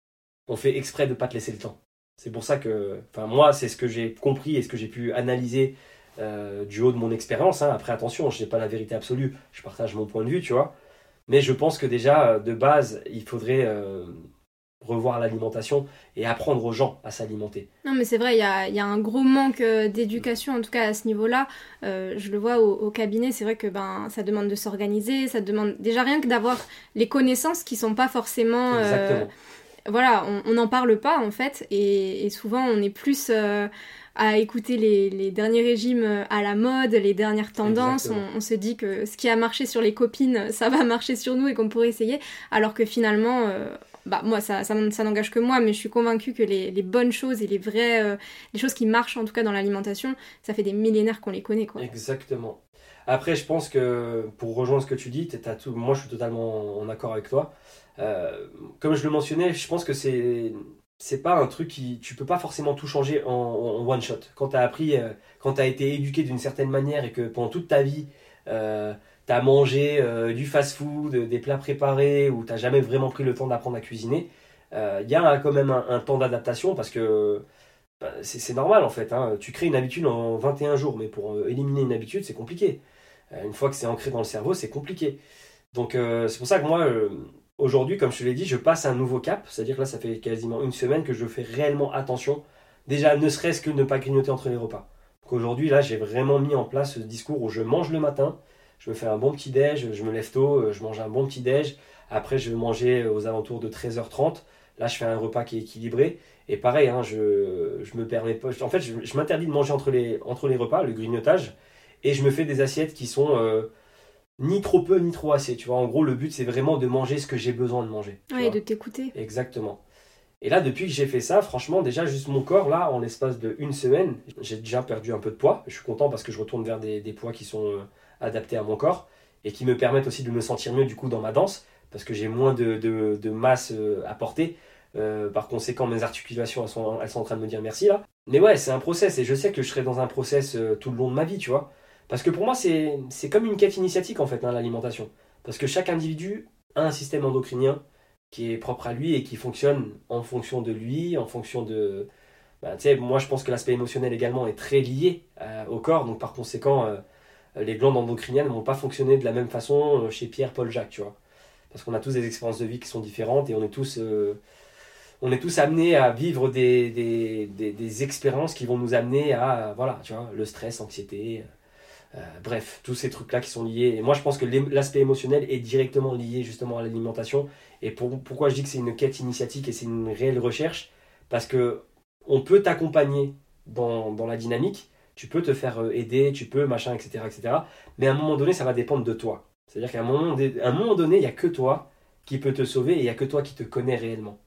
On fait exprès de ne pas te laisser le temps. C'est pour ça que, enfin, moi, c'est ce que j'ai compris et ce que j'ai pu analyser euh, du haut de mon expérience. Hein. Après, attention, je n'ai pas la vérité absolue. Je partage mon point de vue, tu vois. Mais je pense que déjà, de base, il faudrait euh, revoir l'alimentation et apprendre aux gens à s'alimenter. Non, mais c'est vrai, il y a, y a un gros manque d'éducation, en tout cas à ce niveau-là. Euh, je le vois au, au cabinet, c'est vrai que ben, ça demande de s'organiser, ça demande déjà rien que d'avoir les connaissances qui sont pas forcément... Exactement. Euh, voilà, on n'en parle pas en fait, et, et souvent on est plus... Euh, à écouter les, les derniers régimes à la mode, les dernières tendances. On, on se dit que ce qui a marché sur les copines, ça va marcher sur nous et qu'on pourrait essayer. Alors que finalement, euh, bah moi, ça, ça, ça n'engage que moi, mais je suis convaincue que les, les bonnes choses et les vraies, euh, les choses qui marchent en tout cas dans l'alimentation, ça fait des millénaires qu'on les connaît, quoi. Exactement. Après, je pense que pour rejoindre ce que tu dis, t'as tout, moi je suis totalement en accord avec toi. Euh, comme je le mentionnais, je pense que c'est... c'est pas un truc qui... Tu peux pas forcément tout changer en, en one shot. Quand tu as appris, euh, quand tu as été éduqué d'une certaine manière et que pendant toute ta vie, euh, tu as mangé euh, du fast-food, des plats préparés, ou tu n'as jamais vraiment pris le temps d'apprendre à cuisiner, il euh, y a quand même un, un temps d'adaptation parce que bah, c'est, c'est normal en fait. Hein. Tu crées une habitude en vingt et un jours, mais pour euh, éliminer une habitude, c'est compliqué. Euh, une fois que c'est ancré dans le cerveau, c'est compliqué. Donc euh, c'est pour ça que moi... Euh, Aujourd'hui, comme je te l'ai dit, je passe un nouveau cap, c'est-à-dire que là, ça fait quasiment une semaine que je fais réellement attention, déjà ne serait-ce que ne pas grignoter entre les repas. Donc aujourd'hui, là, j'ai vraiment mis en place ce discours où je mange le matin, je me fais un bon petit déj, je me lève tôt, je mange un bon petit déj, après je vais manger aux alentours de treize heures trente, là je fais un repas qui est équilibré, et pareil, hein, je, je me permets pas, en fait, je, je m'interdis de manger entre les, entre les repas, le grignotage, et je me fais des assiettes qui sont... Euh, ni trop peu ni trop assez, tu vois. En gros, le but c'est vraiment de manger ce que j'ai besoin de manger. Ouais, et de t'écouter. Exactement. Et là, depuis que j'ai fait ça, franchement, déjà juste mon corps, là, en l'espace de une semaine, j'ai déjà perdu un peu de poids. Je suis content parce que je retourne vers des, des poids qui sont euh, adaptés à mon corps et qui me permettent aussi de me sentir mieux du coup dans ma danse parce que j'ai moins de, de, de masse euh, à porter. Euh, par conséquent, mes articulations, elles sont, elles sont en train de me dire merci là. Mais ouais, c'est un process et je sais que je serai dans un process euh, tout le long de ma vie, tu vois. Parce que pour moi, c'est, c'est comme une quête initiatique en fait, hein, l'alimentation. Parce que chaque individu a un système endocrinien qui est propre à lui et qui fonctionne en fonction de lui, en fonction de... Bah, tu sais, moi je pense que l'aspect émotionnel également est très lié euh, au corps, donc par conséquent, euh, les glandes endocriniennes ne vont pas fonctionner de la même façon chez Pierre, Paul, Jacques, tu vois. Parce qu'on a tous des expériences de vie qui sont différentes et on est tous... Euh, on est tous amenés à vivre des, des, des, des expériences qui vont nous amener à, voilà, tu vois, le stress, l'anxiété... Euh, bref, tous ces trucs-là qui sont liés. Et moi, je pense que l'aspect émotionnel est directement lié justement à l'alimentation. Et pour, pourquoi je dis que c'est une quête initiatique et c'est une réelle recherche? Parce que on peut t'accompagner dans, dans la dynamique, tu peux te faire aider, tu peux, machin, et cetera, et cetera. Mais à un moment donné, ça va dépendre de toi. C'est-à-dire qu'à un moment, à un moment donné, il n'y a que toi qui peut te sauver et il n'y a que toi qui te connais réellement.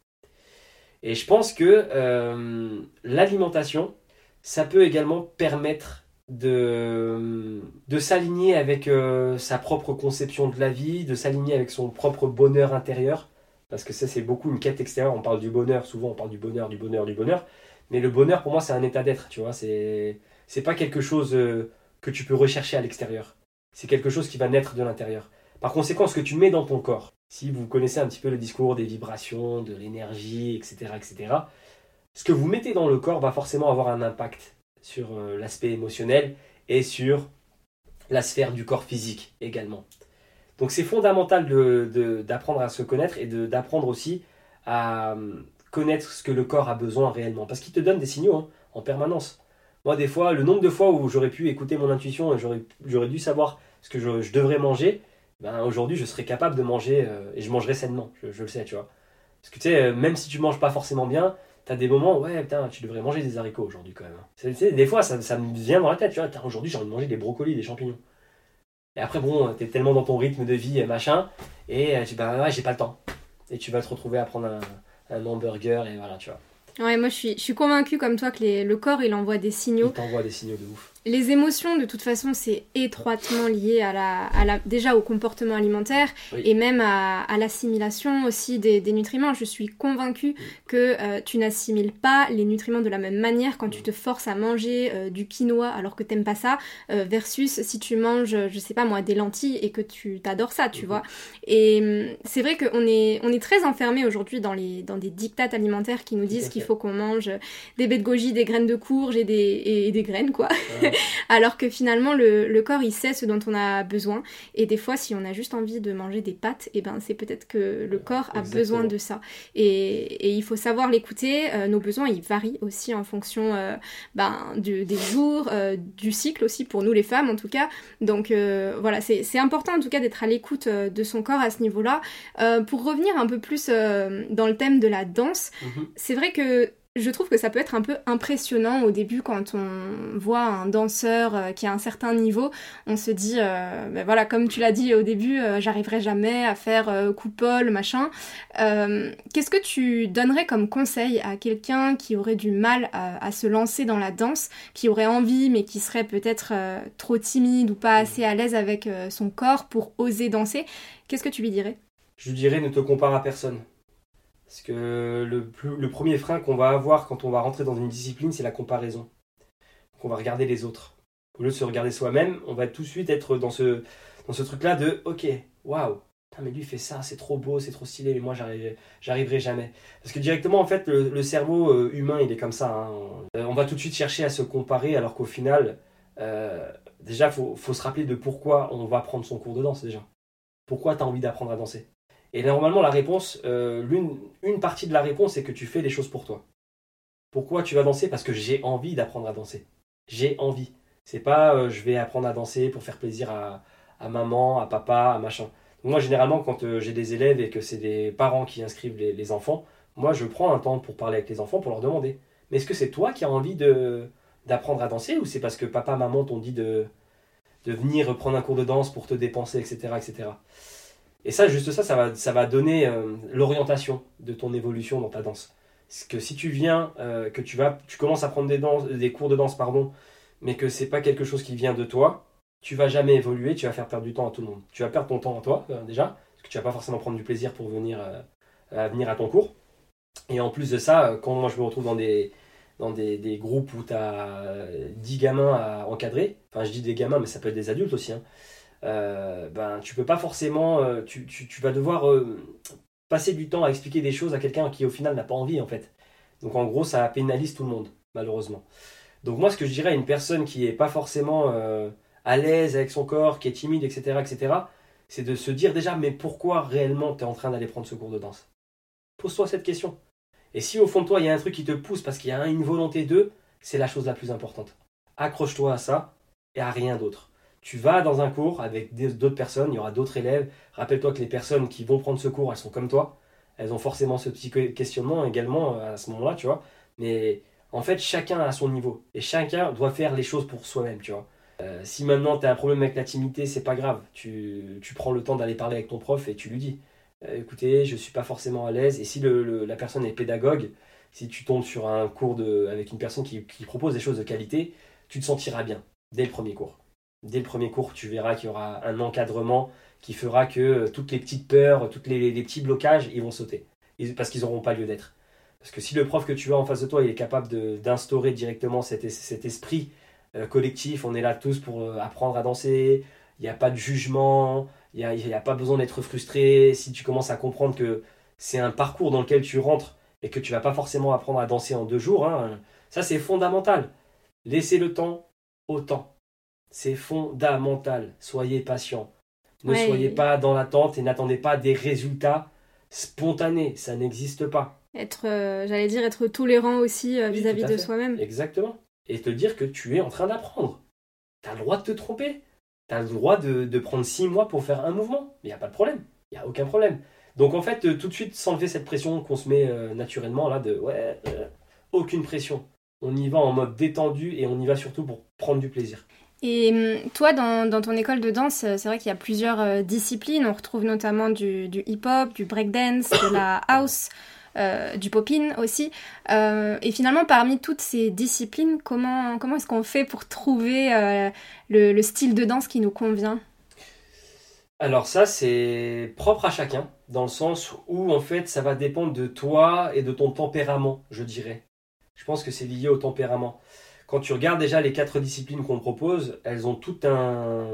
Et je pense que euh, l'alimentation, ça peut également permettre de, de s'aligner avec euh, sa propre conception de la vie, de s'aligner avec son propre bonheur intérieur. Parce que ça, c'est beaucoup une quête extérieure. On parle du bonheur, souvent on parle du bonheur, du bonheur, du bonheur. Mais le bonheur, pour moi, c'est un état d'être, tu vois. C'est, c'est pas quelque chose euh, que tu peux rechercher à l'extérieur. C'est quelque chose qui va naître de l'intérieur. Par conséquent, ce que tu mets dans ton corps, si vous connaissez un petit peu le discours des vibrations, de l'énergie, et cetera, et cetera, ce que vous mettez dans le corps va forcément avoir un impact sur euh, l'aspect émotionnel et sur la sphère du corps physique également. Donc c'est fondamental de, de, d'apprendre à se connaître et de, d'apprendre aussi à connaître ce que le corps a besoin réellement. Parce qu'il te donne des signaux hein, en permanence. Moi, des fois, le nombre de fois où j'aurais pu écouter mon intuition et j'aurais, j'aurais dû savoir ce que je, je devrais manger, ben, aujourd'hui, je serais capable de manger euh, et je mangerais sainement, je, je le sais, tu vois. Parce que tu sais, même si tu manges pas forcément bien, t'as des moments, ouais, putain, tu devrais manger des haricots aujourd'hui quand même. C'est, tu sais, des fois, ça, ça me vient dans la tête, tu vois, aujourd'hui, j'ai envie de manger des brocolis, des champignons. Et après, bon, t'es tellement dans ton rythme de vie, machin, et tu dis, bah ouais, j'ai pas le temps. Et tu vas te retrouver à prendre un, un hamburger, et voilà, tu vois. Ouais, moi je suis, je suis convaincue comme toi que les, le corps il envoie des signaux. Il t'envoie des signaux de ouf. Les émotions, de toute façon, c'est étroitement lié à la, à la, déjà au comportement alimentaire oui. et même à, à l'assimilation aussi des, des nutriments. Je suis convaincue oui. que euh, tu n'assimiles pas les nutriments de la même manière quand oui. tu te forces à manger euh, du quinoa alors que t'aimes pas ça, euh, versus si tu manges, je sais pas moi, des lentilles et que tu t'adores ça, tu mm-hmm. vois. Et euh, c'est vrai qu'on est, on est très enfermé aujourd'hui dans, les, dans des dictates alimentaires qui nous disent qu'il faut qu'on mange des baies de goji, des graines de courge et des, et, et des graines, quoi. Ouais. Alors que finalement le, le corps il sait ce dont on a besoin et des fois si on a juste envie de manger des pâtes et eh ben c'est peut-être que le corps a Exactement. besoin de ça et, et il faut savoir l'écouter. Euh, nos besoins ils varient aussi en fonction euh, ben, du, des jours, euh, du cycle aussi pour nous les femmes en tout cas, donc euh, voilà c'est, c'est important en tout cas d'être à l'écoute euh, de son corps à ce niveau là. Euh, pour revenir un peu plus euh, dans le thème de la danse, mm-hmm. c'est vrai que je trouve que ça peut être un peu impressionnant au début quand on voit un danseur euh, qui a un certain niveau, on se dit, euh, ben voilà, comme tu l'as dit au début, euh, j'arriverai jamais à faire euh, coupole, machin. Euh, qu'est-ce que tu donnerais comme conseil à quelqu'un qui aurait du mal à, à se lancer dans la danse, qui aurait envie mais qui serait peut-être euh, trop timide ou pas assez à l'aise avec euh, son corps pour oser danser? Qu'est-ce que tu lui dirais? Je lui dirais ne te compare à personne. Parce que le, plus, le premier frein qu'on va avoir quand on va rentrer dans une discipline, c'est la comparaison. Donc on va regarder les autres. Au lieu de se regarder soi-même, on va tout de suite être dans ce, dans ce truc-là de « Ok, waouh, mais lui fait ça, c'est trop beau, c'est trop stylé, mais moi j'arriverai, j'arriverai jamais. » Parce que directement, en fait, le, le cerveau euh, humain, il est comme ça. Hein. Euh, on va tout de suite chercher à se comparer, alors qu'au final, euh, déjà, il faut, faut se rappeler de pourquoi on va prendre son cours de danse, déjà. Pourquoi tu as envie d'apprendre à danser. Et normalement, la réponse, euh, l'une, une partie de la réponse, c'est que tu fais les choses pour toi. Pourquoi tu vas danser? Parce que j'ai envie d'apprendre à danser. J'ai envie. C'est pas euh, je vais apprendre à danser pour faire plaisir à, à maman, à papa, à machin. Donc moi, généralement, quand euh, j'ai des élèves et que c'est des parents qui inscrivent les, les enfants, moi, je prends un temps pour parler avec les enfants, pour leur demander. Mais est-ce que c'est toi qui as envie de, d'apprendre à danser ou c'est parce que papa, maman t'ont dit de, de venir prendre un cours de danse pour te dépenser, et cetera, et cetera. Et ça, juste ça, ça va, ça va donner euh, l'orientation de ton évolution dans ta danse. Parce que si tu viens, euh, que tu, vas, tu commences à prendre des, danses, des cours de danse, pardon, mais que c'est pas quelque chose qui vient de toi, tu vas jamais évoluer, tu vas faire perdre du temps à tout le monde. Tu vas perdre ton temps à toi, euh, déjà, parce que tu vas pas forcément prendre du plaisir pour venir, euh, à venir à ton cours. Et en plus de ça, quand moi je me retrouve dans des, dans des, des groupes où tu as dix gamins à encadrer, enfin je dis des gamins, mais ça peut être des adultes aussi, hein, Euh, ben, tu peux pas forcément euh, tu, tu, tu vas devoir euh, passer du temps à expliquer des choses à quelqu'un qui au final n'a pas envie en fait. Donc en gros ça pénalise tout le monde malheureusement. Donc moi ce que je dirais à une personne qui est pas forcément euh, à l'aise avec son corps, qui est timide, etc., etc., c'est de se dire déjà mais pourquoi réellement tu es en train d'aller prendre ce cours de danse? Pose-toi cette question. Et si au fond de toi il y a un truc qui te pousse parce qu'il y a une volonté d'eux, c'est la chose la plus importante. Accroche-toi à ça et à rien d'autre. Tu vas dans un cours avec d'autres personnes, il y aura d'autres élèves. Rappelle-toi que les personnes qui vont prendre ce cours, elles sont comme toi. Elles ont forcément ce petit questionnement également à ce moment-là, tu vois. Mais en fait, chacun a son niveau. Et chacun doit faire les choses pour soi-même, tu vois. Euh, si maintenant tu as un problème avec la timidité, c'est pas grave. Tu, tu prends le temps d'aller parler avec ton prof et tu lui dis euh, écoutez, je suis pas forcément à l'aise. Et si le, le, la personne est pédagogue, si tu tombes sur un cours de, avec une personne qui, qui propose des choses de qualité, tu te sentiras bien dès le premier cours. Dès le premier cours, tu verras qu'il y aura un encadrement qui fera que euh, toutes les petites peurs, tous les, les petits blocages, ils vont sauter. Ils- parce qu'ils n'auront pas lieu d'être. Parce que si le prof que tu as en face de toi, il est capable de- d'instaurer directement cet, es- cet esprit euh, collectif, on est là tous pour euh, apprendre à danser, il n'y a pas de jugement, il n'y a, il y a pas besoin d'être frustré. Si tu commences à comprendre que c'est un parcours dans lequel tu rentres et que tu vas pas forcément apprendre à danser en deux jours, hein, ça c'est fondamental. Laissez le temps au temps. C'est fondamental. Soyez patient. Ne Ouais, soyez et pas dans l'attente et n'attendez pas des résultats spontanés. Ça n'existe pas. être, euh, j'allais dire, être tolérant aussi euh, Oui, vis-à-vis tout à de fait. soi-même. Exactement. Et te dire que tu es en train d'apprendre. Tu as le droit de te tromper. Tu as le droit de, de prendre six mois pour faire un mouvement. Il n'y a pas de problème. Il n'y a aucun problème. Donc en fait, euh, tout de suite, s'enlever cette pression qu'on se met euh, naturellement, là, de ouais, euh, aucune pression. On y va en mode détendu et on y va surtout pour prendre du plaisir. Et hum, toi, dans, dans ton école de danse, euh, c'est vrai qu'il y a plusieurs euh, disciplines. On retrouve notamment du, du hip-hop, du breakdance, de la house, euh, du popping aussi. Euh, et finalement, parmi toutes ces disciplines, comment, comment est-ce qu'on fait pour trouver euh, le, le style de danse qui nous convient? Alors ça, c'est propre à chacun, dans le sens où en fait, ça va dépendre de toi et de ton tempérament, je dirais. Je pense que c'est lié au tempérament. Quand tu regardes déjà les quatre disciplines qu'on propose, elles ont tout un...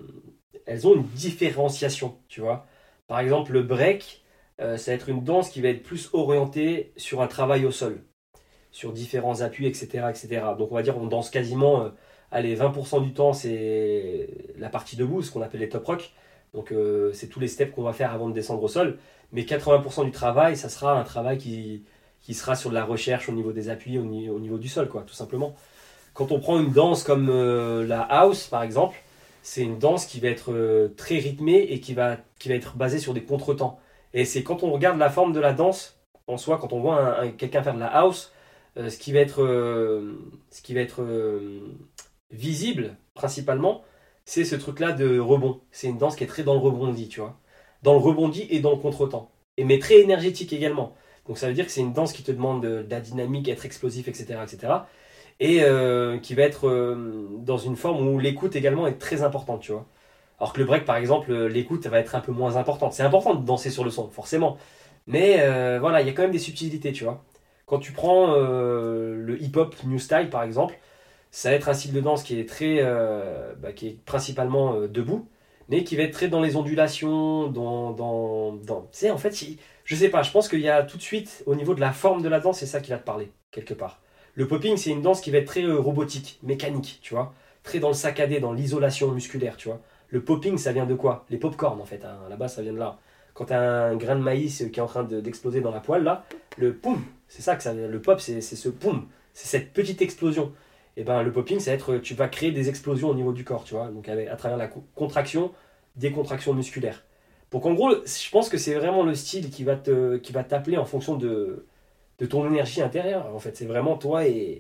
elles ont une différenciation, tu vois. Par exemple, le break, euh, ça va être une danse qui va être plus orientée sur un travail au sol, sur différents appuis, et cetera, et cetera. Donc on va dire on danse quasiment, euh, allez, vingt pour cent du temps, c'est la partie debout, ce qu'on appelle les top rock. Donc euh, c'est tous les steps qu'on va faire avant de descendre au sol. Mais quatre-vingts pour cent du travail, ça sera un travail qui, qui sera sur de la recherche au niveau des appuis, au, ni- au niveau du sol, quoi, tout simplement. Quand on prend une danse comme euh, la house, par exemple, c'est une danse qui va être euh, très rythmée et qui va, qui va être basée sur des contretemps. Et c'est quand on regarde la forme de la danse, en soi, quand on voit un- un- quelqu'un faire de la house, euh, ce qui va être, euh, ce qui va être euh, visible, principalement, c'est ce truc-là de rebond. C'est une danse qui est très dans le rebondi, tu vois. Dans le rebondi et dans le contretemps. Et, mais très énergétique également. Donc ça veut dire que c'est une danse qui te demande de, de la dynamique, être explosif, et cetera, et cetera. Et euh, qui va être euh, dans une forme où l'écoute également est très importante, tu vois. Alors que le break, par exemple, euh, l'écoute va être un peu moins importante. C'est important de danser sur le son, forcément. Mais euh, voilà, il y a quand même des subtilités, tu vois. Quand tu prends euh, le hip-hop new style, par exemple, ça va être un style de danse qui est très, euh, bah, qui est principalement euh, debout, mais qui va être très dans les ondulations, dans, dans, dans... Tu sais, en fait, il- je sais pas, je pense qu'il y a tout de suite, au niveau de la forme de la danse, c'est ça qui va te parler, quelque part. Le popping, c'est une danse qui va être très euh, robotique, mécanique, tu vois, très dans le saccadé, dans l'isolation musculaire, tu vois. Le popping, ça vient de quoi? Les pop-corn, en fait, hein, là-bas, ça vient de là. Quand tu as un grain de maïs qui est en train de- d'exploser dans la poêle, là, le poum, c'est ça que ça, le pop, c'est c'est ce poum, c'est cette petite explosion. Et ben le popping, ça va être, tu vas créer des explosions au niveau du corps, tu vois, donc avec, à travers la co- contraction, des contractions musculaires. Donc en gros, je pense que c'est vraiment le style qui va te, qui va t'appeler en fonction de, de ton énergie intérieure. En fait, c'est vraiment toi et,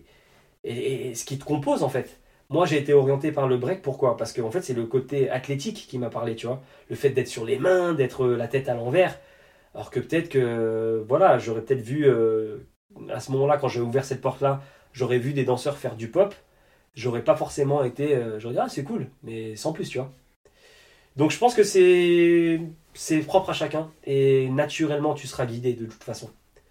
et, et ce qui te compose en fait. Moi, j'ai été orienté par le break, pourquoi? Parce que en fait, c'est le côté athlétique qui m'a parlé, tu vois. Le fait d'être sur les mains, d'être la tête à l'envers. Alors que peut-être que, voilà, j'aurais peut-être vu, euh, à ce moment-là, quand j'ai ouvert cette porte-là, j'aurais vu des danseurs faire du pop. J'aurais pas forcément été, euh, j'aurais dit, ah, c'est cool, mais sans plus, tu vois. Donc je pense que c'est c'est propre à chacun et naturellement tu seras guidé de toute façon.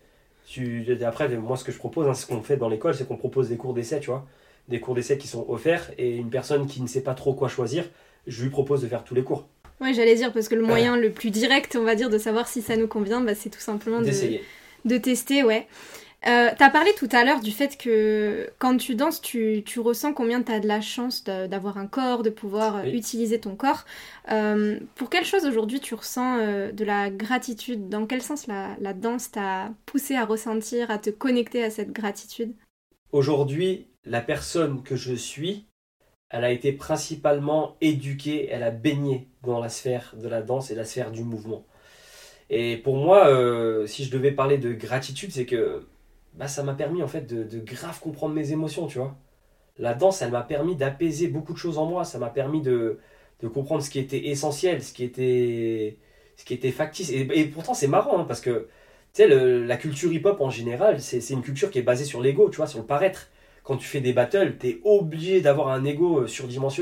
Tu, après, moi ce que je propose, hein, ce qu'on fait dans l'école, c'est qu'on propose des cours d'essai, tu vois. Des cours d'essai qui sont offerts et une personne qui ne sait pas trop quoi choisir, je lui propose de faire tous les cours. Ouais, j'allais dire, parce que le moyen le plus direct, on va dire, de savoir si ça nous convient, bah, c'est tout simplement de, D'essayer. de tester, ouais. Euh, t'as parlé tout à l'heure du fait que quand tu danses, tu, tu ressens combien t'as de la chance de- d'avoir un corps, de pouvoir euh, Oui. utiliser ton corps. Euh, pour quelle chose aujourd'hui tu ressens euh, de la gratitude? Dans quel sens la, la danse t'a poussé à ressentir, à te connecter à cette gratitude? Aujourd'hui, la personne que je suis, elle a été principalement éduquée, elle a baigné dans la sphère de la danse et la sphère du mouvement. Et pour moi, euh, si je devais parler de gratitude, c'est que bah, ça m'a permis en fait de, de grave comprendre mes émotions, tu vois. La danse, elle m'a permis d'apaiser beaucoup de choses en moi, ça m'a permis de, de comprendre ce qui était essentiel, ce qui était, ce qui était factice. Et, et pourtant, c'est marrant, hein, parce que tu sais, le- la culture hip-hop en général, c'est c'est une culture qui est basée sur l'ego, tu vois, sur le paraître. Quand tu fais des battles, t'es obligé d'avoir un ego euh, surdimensionné.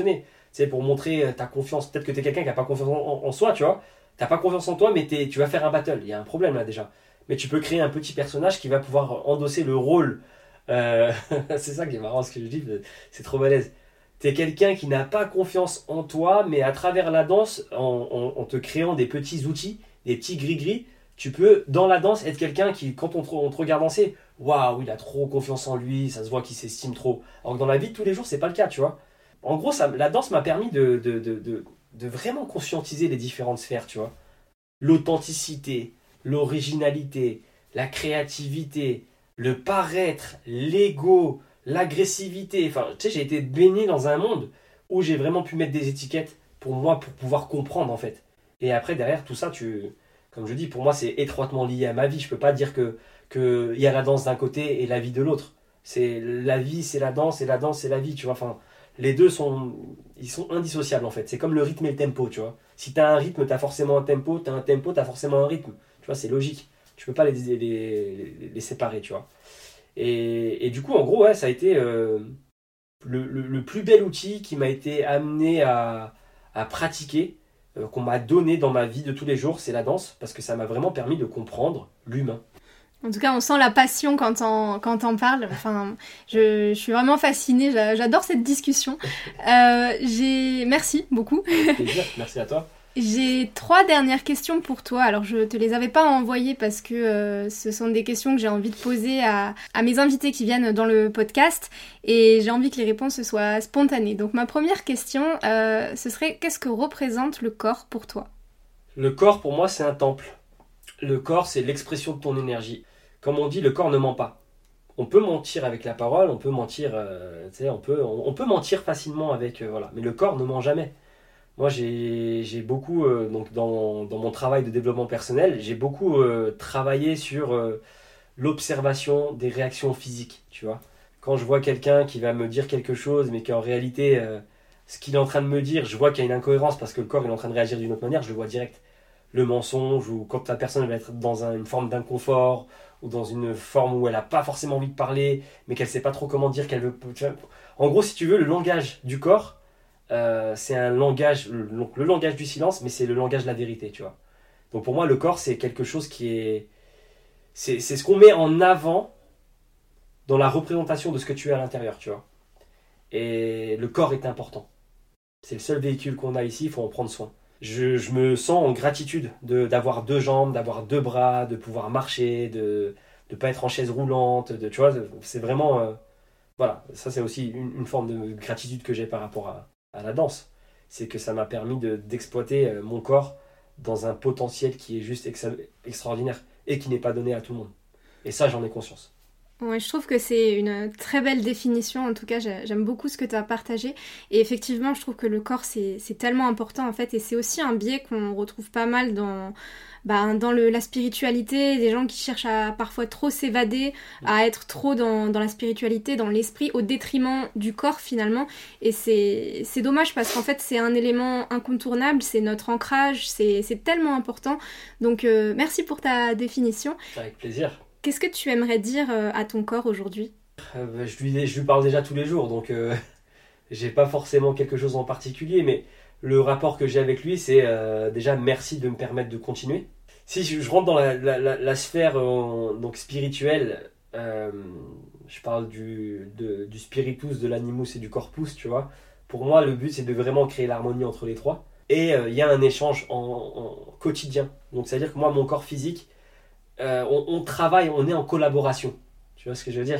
sais, pour montrer ta confiance. Peut-être que tu es quelqu'un qui n'a pas confiance en, en, en soi, tu vois. Tu n'as pas confiance en toi, mais t'es, tu vas faire un battle. Il y a un problème là déjà. Mais tu peux créer un petit personnage qui va pouvoir endosser le rôle. Euh, c'est ça qui est marrant, ce que je dis, c'est trop balèze. Tu es quelqu'un qui n'a pas confiance en toi, mais à travers la danse, en, en, en te créant des petits outils, des petits gris-gris, tu peux, dans la danse, être quelqu'un qui, quand on te, on te regarde danser, waouh, il a trop confiance en lui, ça se voit qu'il s'estime trop. Alors que dans la vie de tous les jours, c'est pas le cas, tu vois. En gros, ça, la danse m'a permis de, de, de, de, de vraiment conscientiser les différentes sphères, tu vois. L'authenticité, l'originalité, la créativité, le paraître, l'ego, l'agressivité. Enfin, tu sais, j'ai été baigné dans un monde où j'ai vraiment pu mettre des étiquettes pour moi, pour pouvoir comprendre, en fait. Et après, derrière, tout ça, tu... Comme je dis, pour moi, c'est étroitement lié à ma vie. Je peux pas dire que qu'il y a la danse d'un côté et la vie de l'autre. C'est la vie, c'est la danse, et la danse, c'est la vie, tu vois. Enfin, les deux sont, ils sont indissociables, en fait. C'est comme le rythme et le tempo, tu vois. Si tu as un rythme, tu as forcément un tempo. Tu as un tempo, tu as forcément un rythme. Tu vois, c'est logique. Tu peux pas les, les, les, les séparer, tu vois. Et, et du coup, en gros, ouais, ça a été euh, le, le, le plus bel outil qui m'a été amené à, à pratiquer, euh, qu'on m'a donné dans ma vie de tous les jours, c'est la danse, parce que ça m'a vraiment permis de comprendre l'humain. En tout cas, on sent la passion quand on, quand on parle. Enfin, je, je suis vraiment fascinée. J'adore cette discussion. Euh, j'ai... Merci beaucoup. Plaisir. Merci à toi. J'ai trois dernières questions pour toi. Alors, je te les avais pas envoyées parce que euh, ce sont des questions que j'ai envie de poser à, à mes invités qui viennent dans le podcast. Et j'ai envie que les réponses soient spontanées. Donc, ma première question, euh, ce serait: qu'est-ce que représente le corps pour toi ? Le corps, pour moi, c'est un temple. Le corps, c'est l'expression de ton énergie. Comme on dit, le corps ne ment pas. On peut mentir avec la parole, on peut mentir, euh, tu sais, on peut, on, on peut mentir facilement avec, euh, voilà. Mais le corps ne ment jamais. Moi, j'ai, j'ai beaucoup, euh, donc dans, dans mon travail de développement personnel, j'ai beaucoup euh, travaillé sur euh, l'observation des réactions physiques, tu vois. Quand je vois quelqu'un qui va me dire quelque chose, mais qu'en réalité, euh, ce qu'il est en train de me dire, je vois qu'il y a une incohérence parce que le corps est en train de réagir d'une autre manière, je le vois direct. Le mensonge, ou quand la personne va être dans un, une forme d'inconfort, ou dans une forme où elle n'a pas forcément envie de parler, mais qu'elle ne sait pas trop comment dire, qu'elle veut... En gros, si tu veux, le langage du corps, euh, c'est un langage, le, le langage du silence, mais c'est le langage de la vérité, tu vois. Donc pour moi, le corps, c'est quelque chose qui est... C'est, c'est ce qu'on met en avant dans la représentation de ce que tu es à l'intérieur, tu vois. Et le corps est important. C'est le seul véhicule qu'on a ici, il faut en prendre soin. Je, je me sens en gratitude de, d'avoir deux jambes, d'avoir deux bras, de pouvoir marcher, de ne pas être en chaise roulante. De, tu vois, c'est vraiment... Euh, voilà, ça c'est aussi une, une forme de gratitude que j'ai par rapport à, à la danse. C'est que ça m'a permis de, d'exploiter mon corps dans un potentiel qui est juste ex- extraordinaire et qui n'est pas donné à tout le monde. Et ça, j'en ai conscience. Ouais, je trouve que c'est une très belle définition. En tout cas, j'aime beaucoup ce que tu as partagé. Et effectivement, je trouve que le corps, c'est, c'est tellement important, en fait. Et c'est aussi un biais qu'on retrouve pas mal dans, bah, dans le, la spiritualité. Des gens qui cherchent à parfois trop s'évader, à être trop dans, dans la spiritualité, dans l'esprit, au détriment du corps, finalement. Et c'est, c'est dommage parce qu'en fait, c'est un élément incontournable. C'est notre ancrage. C'est, c'est tellement important. Donc, euh, merci pour ta définition. Avec plaisir. Qu'est-ce que tu aimerais dire à ton corps aujourd'hui ? euh, je, lui, je lui parle déjà tous les jours, donc euh, j'ai pas forcément quelque chose en particulier, mais le rapport que j'ai avec lui, c'est euh, déjà merci de me permettre de continuer. Si je, je rentre dans la, la, la, la sphère euh, donc spirituelle, euh, je parle du, de, du spiritus, de l'animus et du corpus, tu vois. Pour moi, le but, c'est de vraiment créer l'harmonie entre les trois. Et il euh, y a un échange en, en quotidien. Donc, c'est-à-dire que moi, mon corps physique, Euh, on, on travaille, on est en collaboration. Tu vois ce que je veux dire ?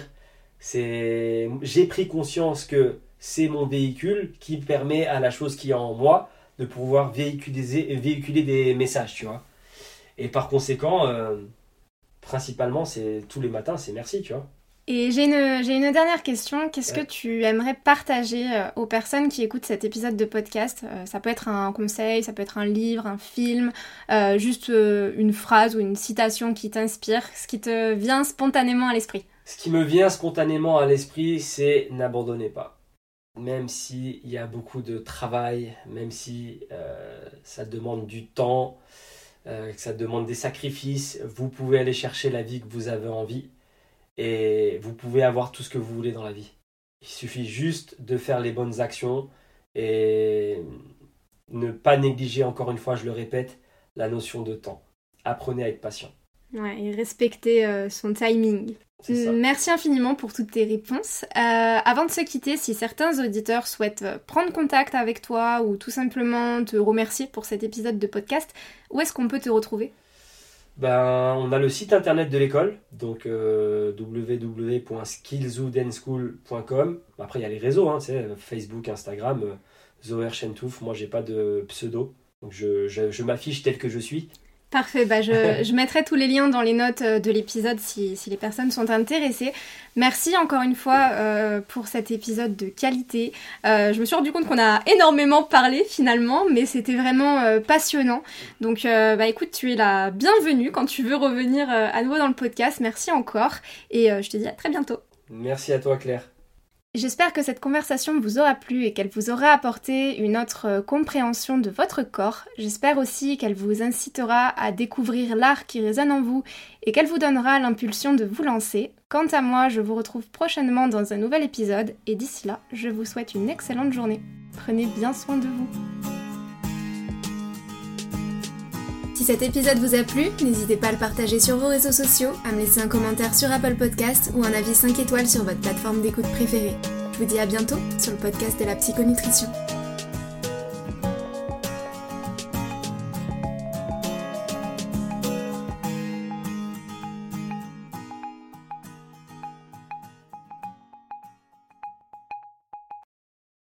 C'est, j'ai pris conscience que c'est mon véhicule qui permet à la chose qui est en moi de pouvoir véhiculer, véhiculer des messages, tu vois. Et par conséquent, euh, principalement, c'est tous les matins, c'est merci, tu vois. Et j'ai une, j'ai une dernière question. Qu'est-ce Ouais. que tu aimerais partager aux personnes qui écoutent cet épisode de podcast ? euh, Ça peut être un conseil, ça peut être un livre, un film, euh, juste euh, une phrase ou une citation qui t'inspire, ce qui te vient spontanément à l'esprit. Ce qui me vient spontanément à l'esprit, c'est n'abandonnez pas. Même s'il y a beaucoup de travail, même si euh, ça demande du temps, euh, que ça demande des sacrifices, vous pouvez aller chercher la vie que vous avez envie. Et vous pouvez avoir tout ce que vous voulez dans la vie. Il suffit juste de faire les bonnes actions Et ne pas négliger, encore une fois, je le répète, la notion de temps. Apprenez à être patient. Ouais, et respecter euh, son timing. Merci infiniment pour toutes tes réponses. Euh, avant de se quitter, si certains auditeurs souhaitent prendre contact avec toi ou tout simplement te remercier pour cet épisode de podcast, où est-ce qu'on peut te retrouver ? Ben, on a le site internet de l'école, donc euh, w w w point skillzoo dance school point com. Après, il y a les réseaux, hein, Facebook, Instagram, euh, Zoher Chentouf. Moi, j'ai pas de pseudo, donc je, je, je m'affiche tel que je suis. Parfait, bah je, je mettrai tous les liens dans les notes de l'épisode si, si les personnes sont intéressées. Merci encore une fois euh, pour cet épisode de qualité. Euh, je me suis rendu compte qu'on a énormément parlé finalement, mais c'était vraiment euh, passionnant. Donc euh, bah écoute, tu es la bienvenue quand tu veux revenir euh, à nouveau dans le podcast. Merci encore et euh, je te dis à très bientôt. Merci à toi Claire. J'espère que cette conversation vous aura plu et qu'elle vous aura apporté une autre compréhension de votre corps. J'espère aussi qu'elle vous incitera à découvrir l'art qui résonne en vous et qu'elle vous donnera l'impulsion de vous lancer. Quant à moi, je vous retrouve prochainement dans un nouvel épisode et d'ici là, je vous souhaite une excellente journée. Prenez bien soin de vous. Si cet épisode vous a plu, n'hésitez pas à le partager sur vos réseaux sociaux, à me laisser un commentaire sur Apple Podcast ou un avis cinq étoiles sur votre plateforme d'écoute préférée. Je vous dis à bientôt sur le podcast de la psychonutrition.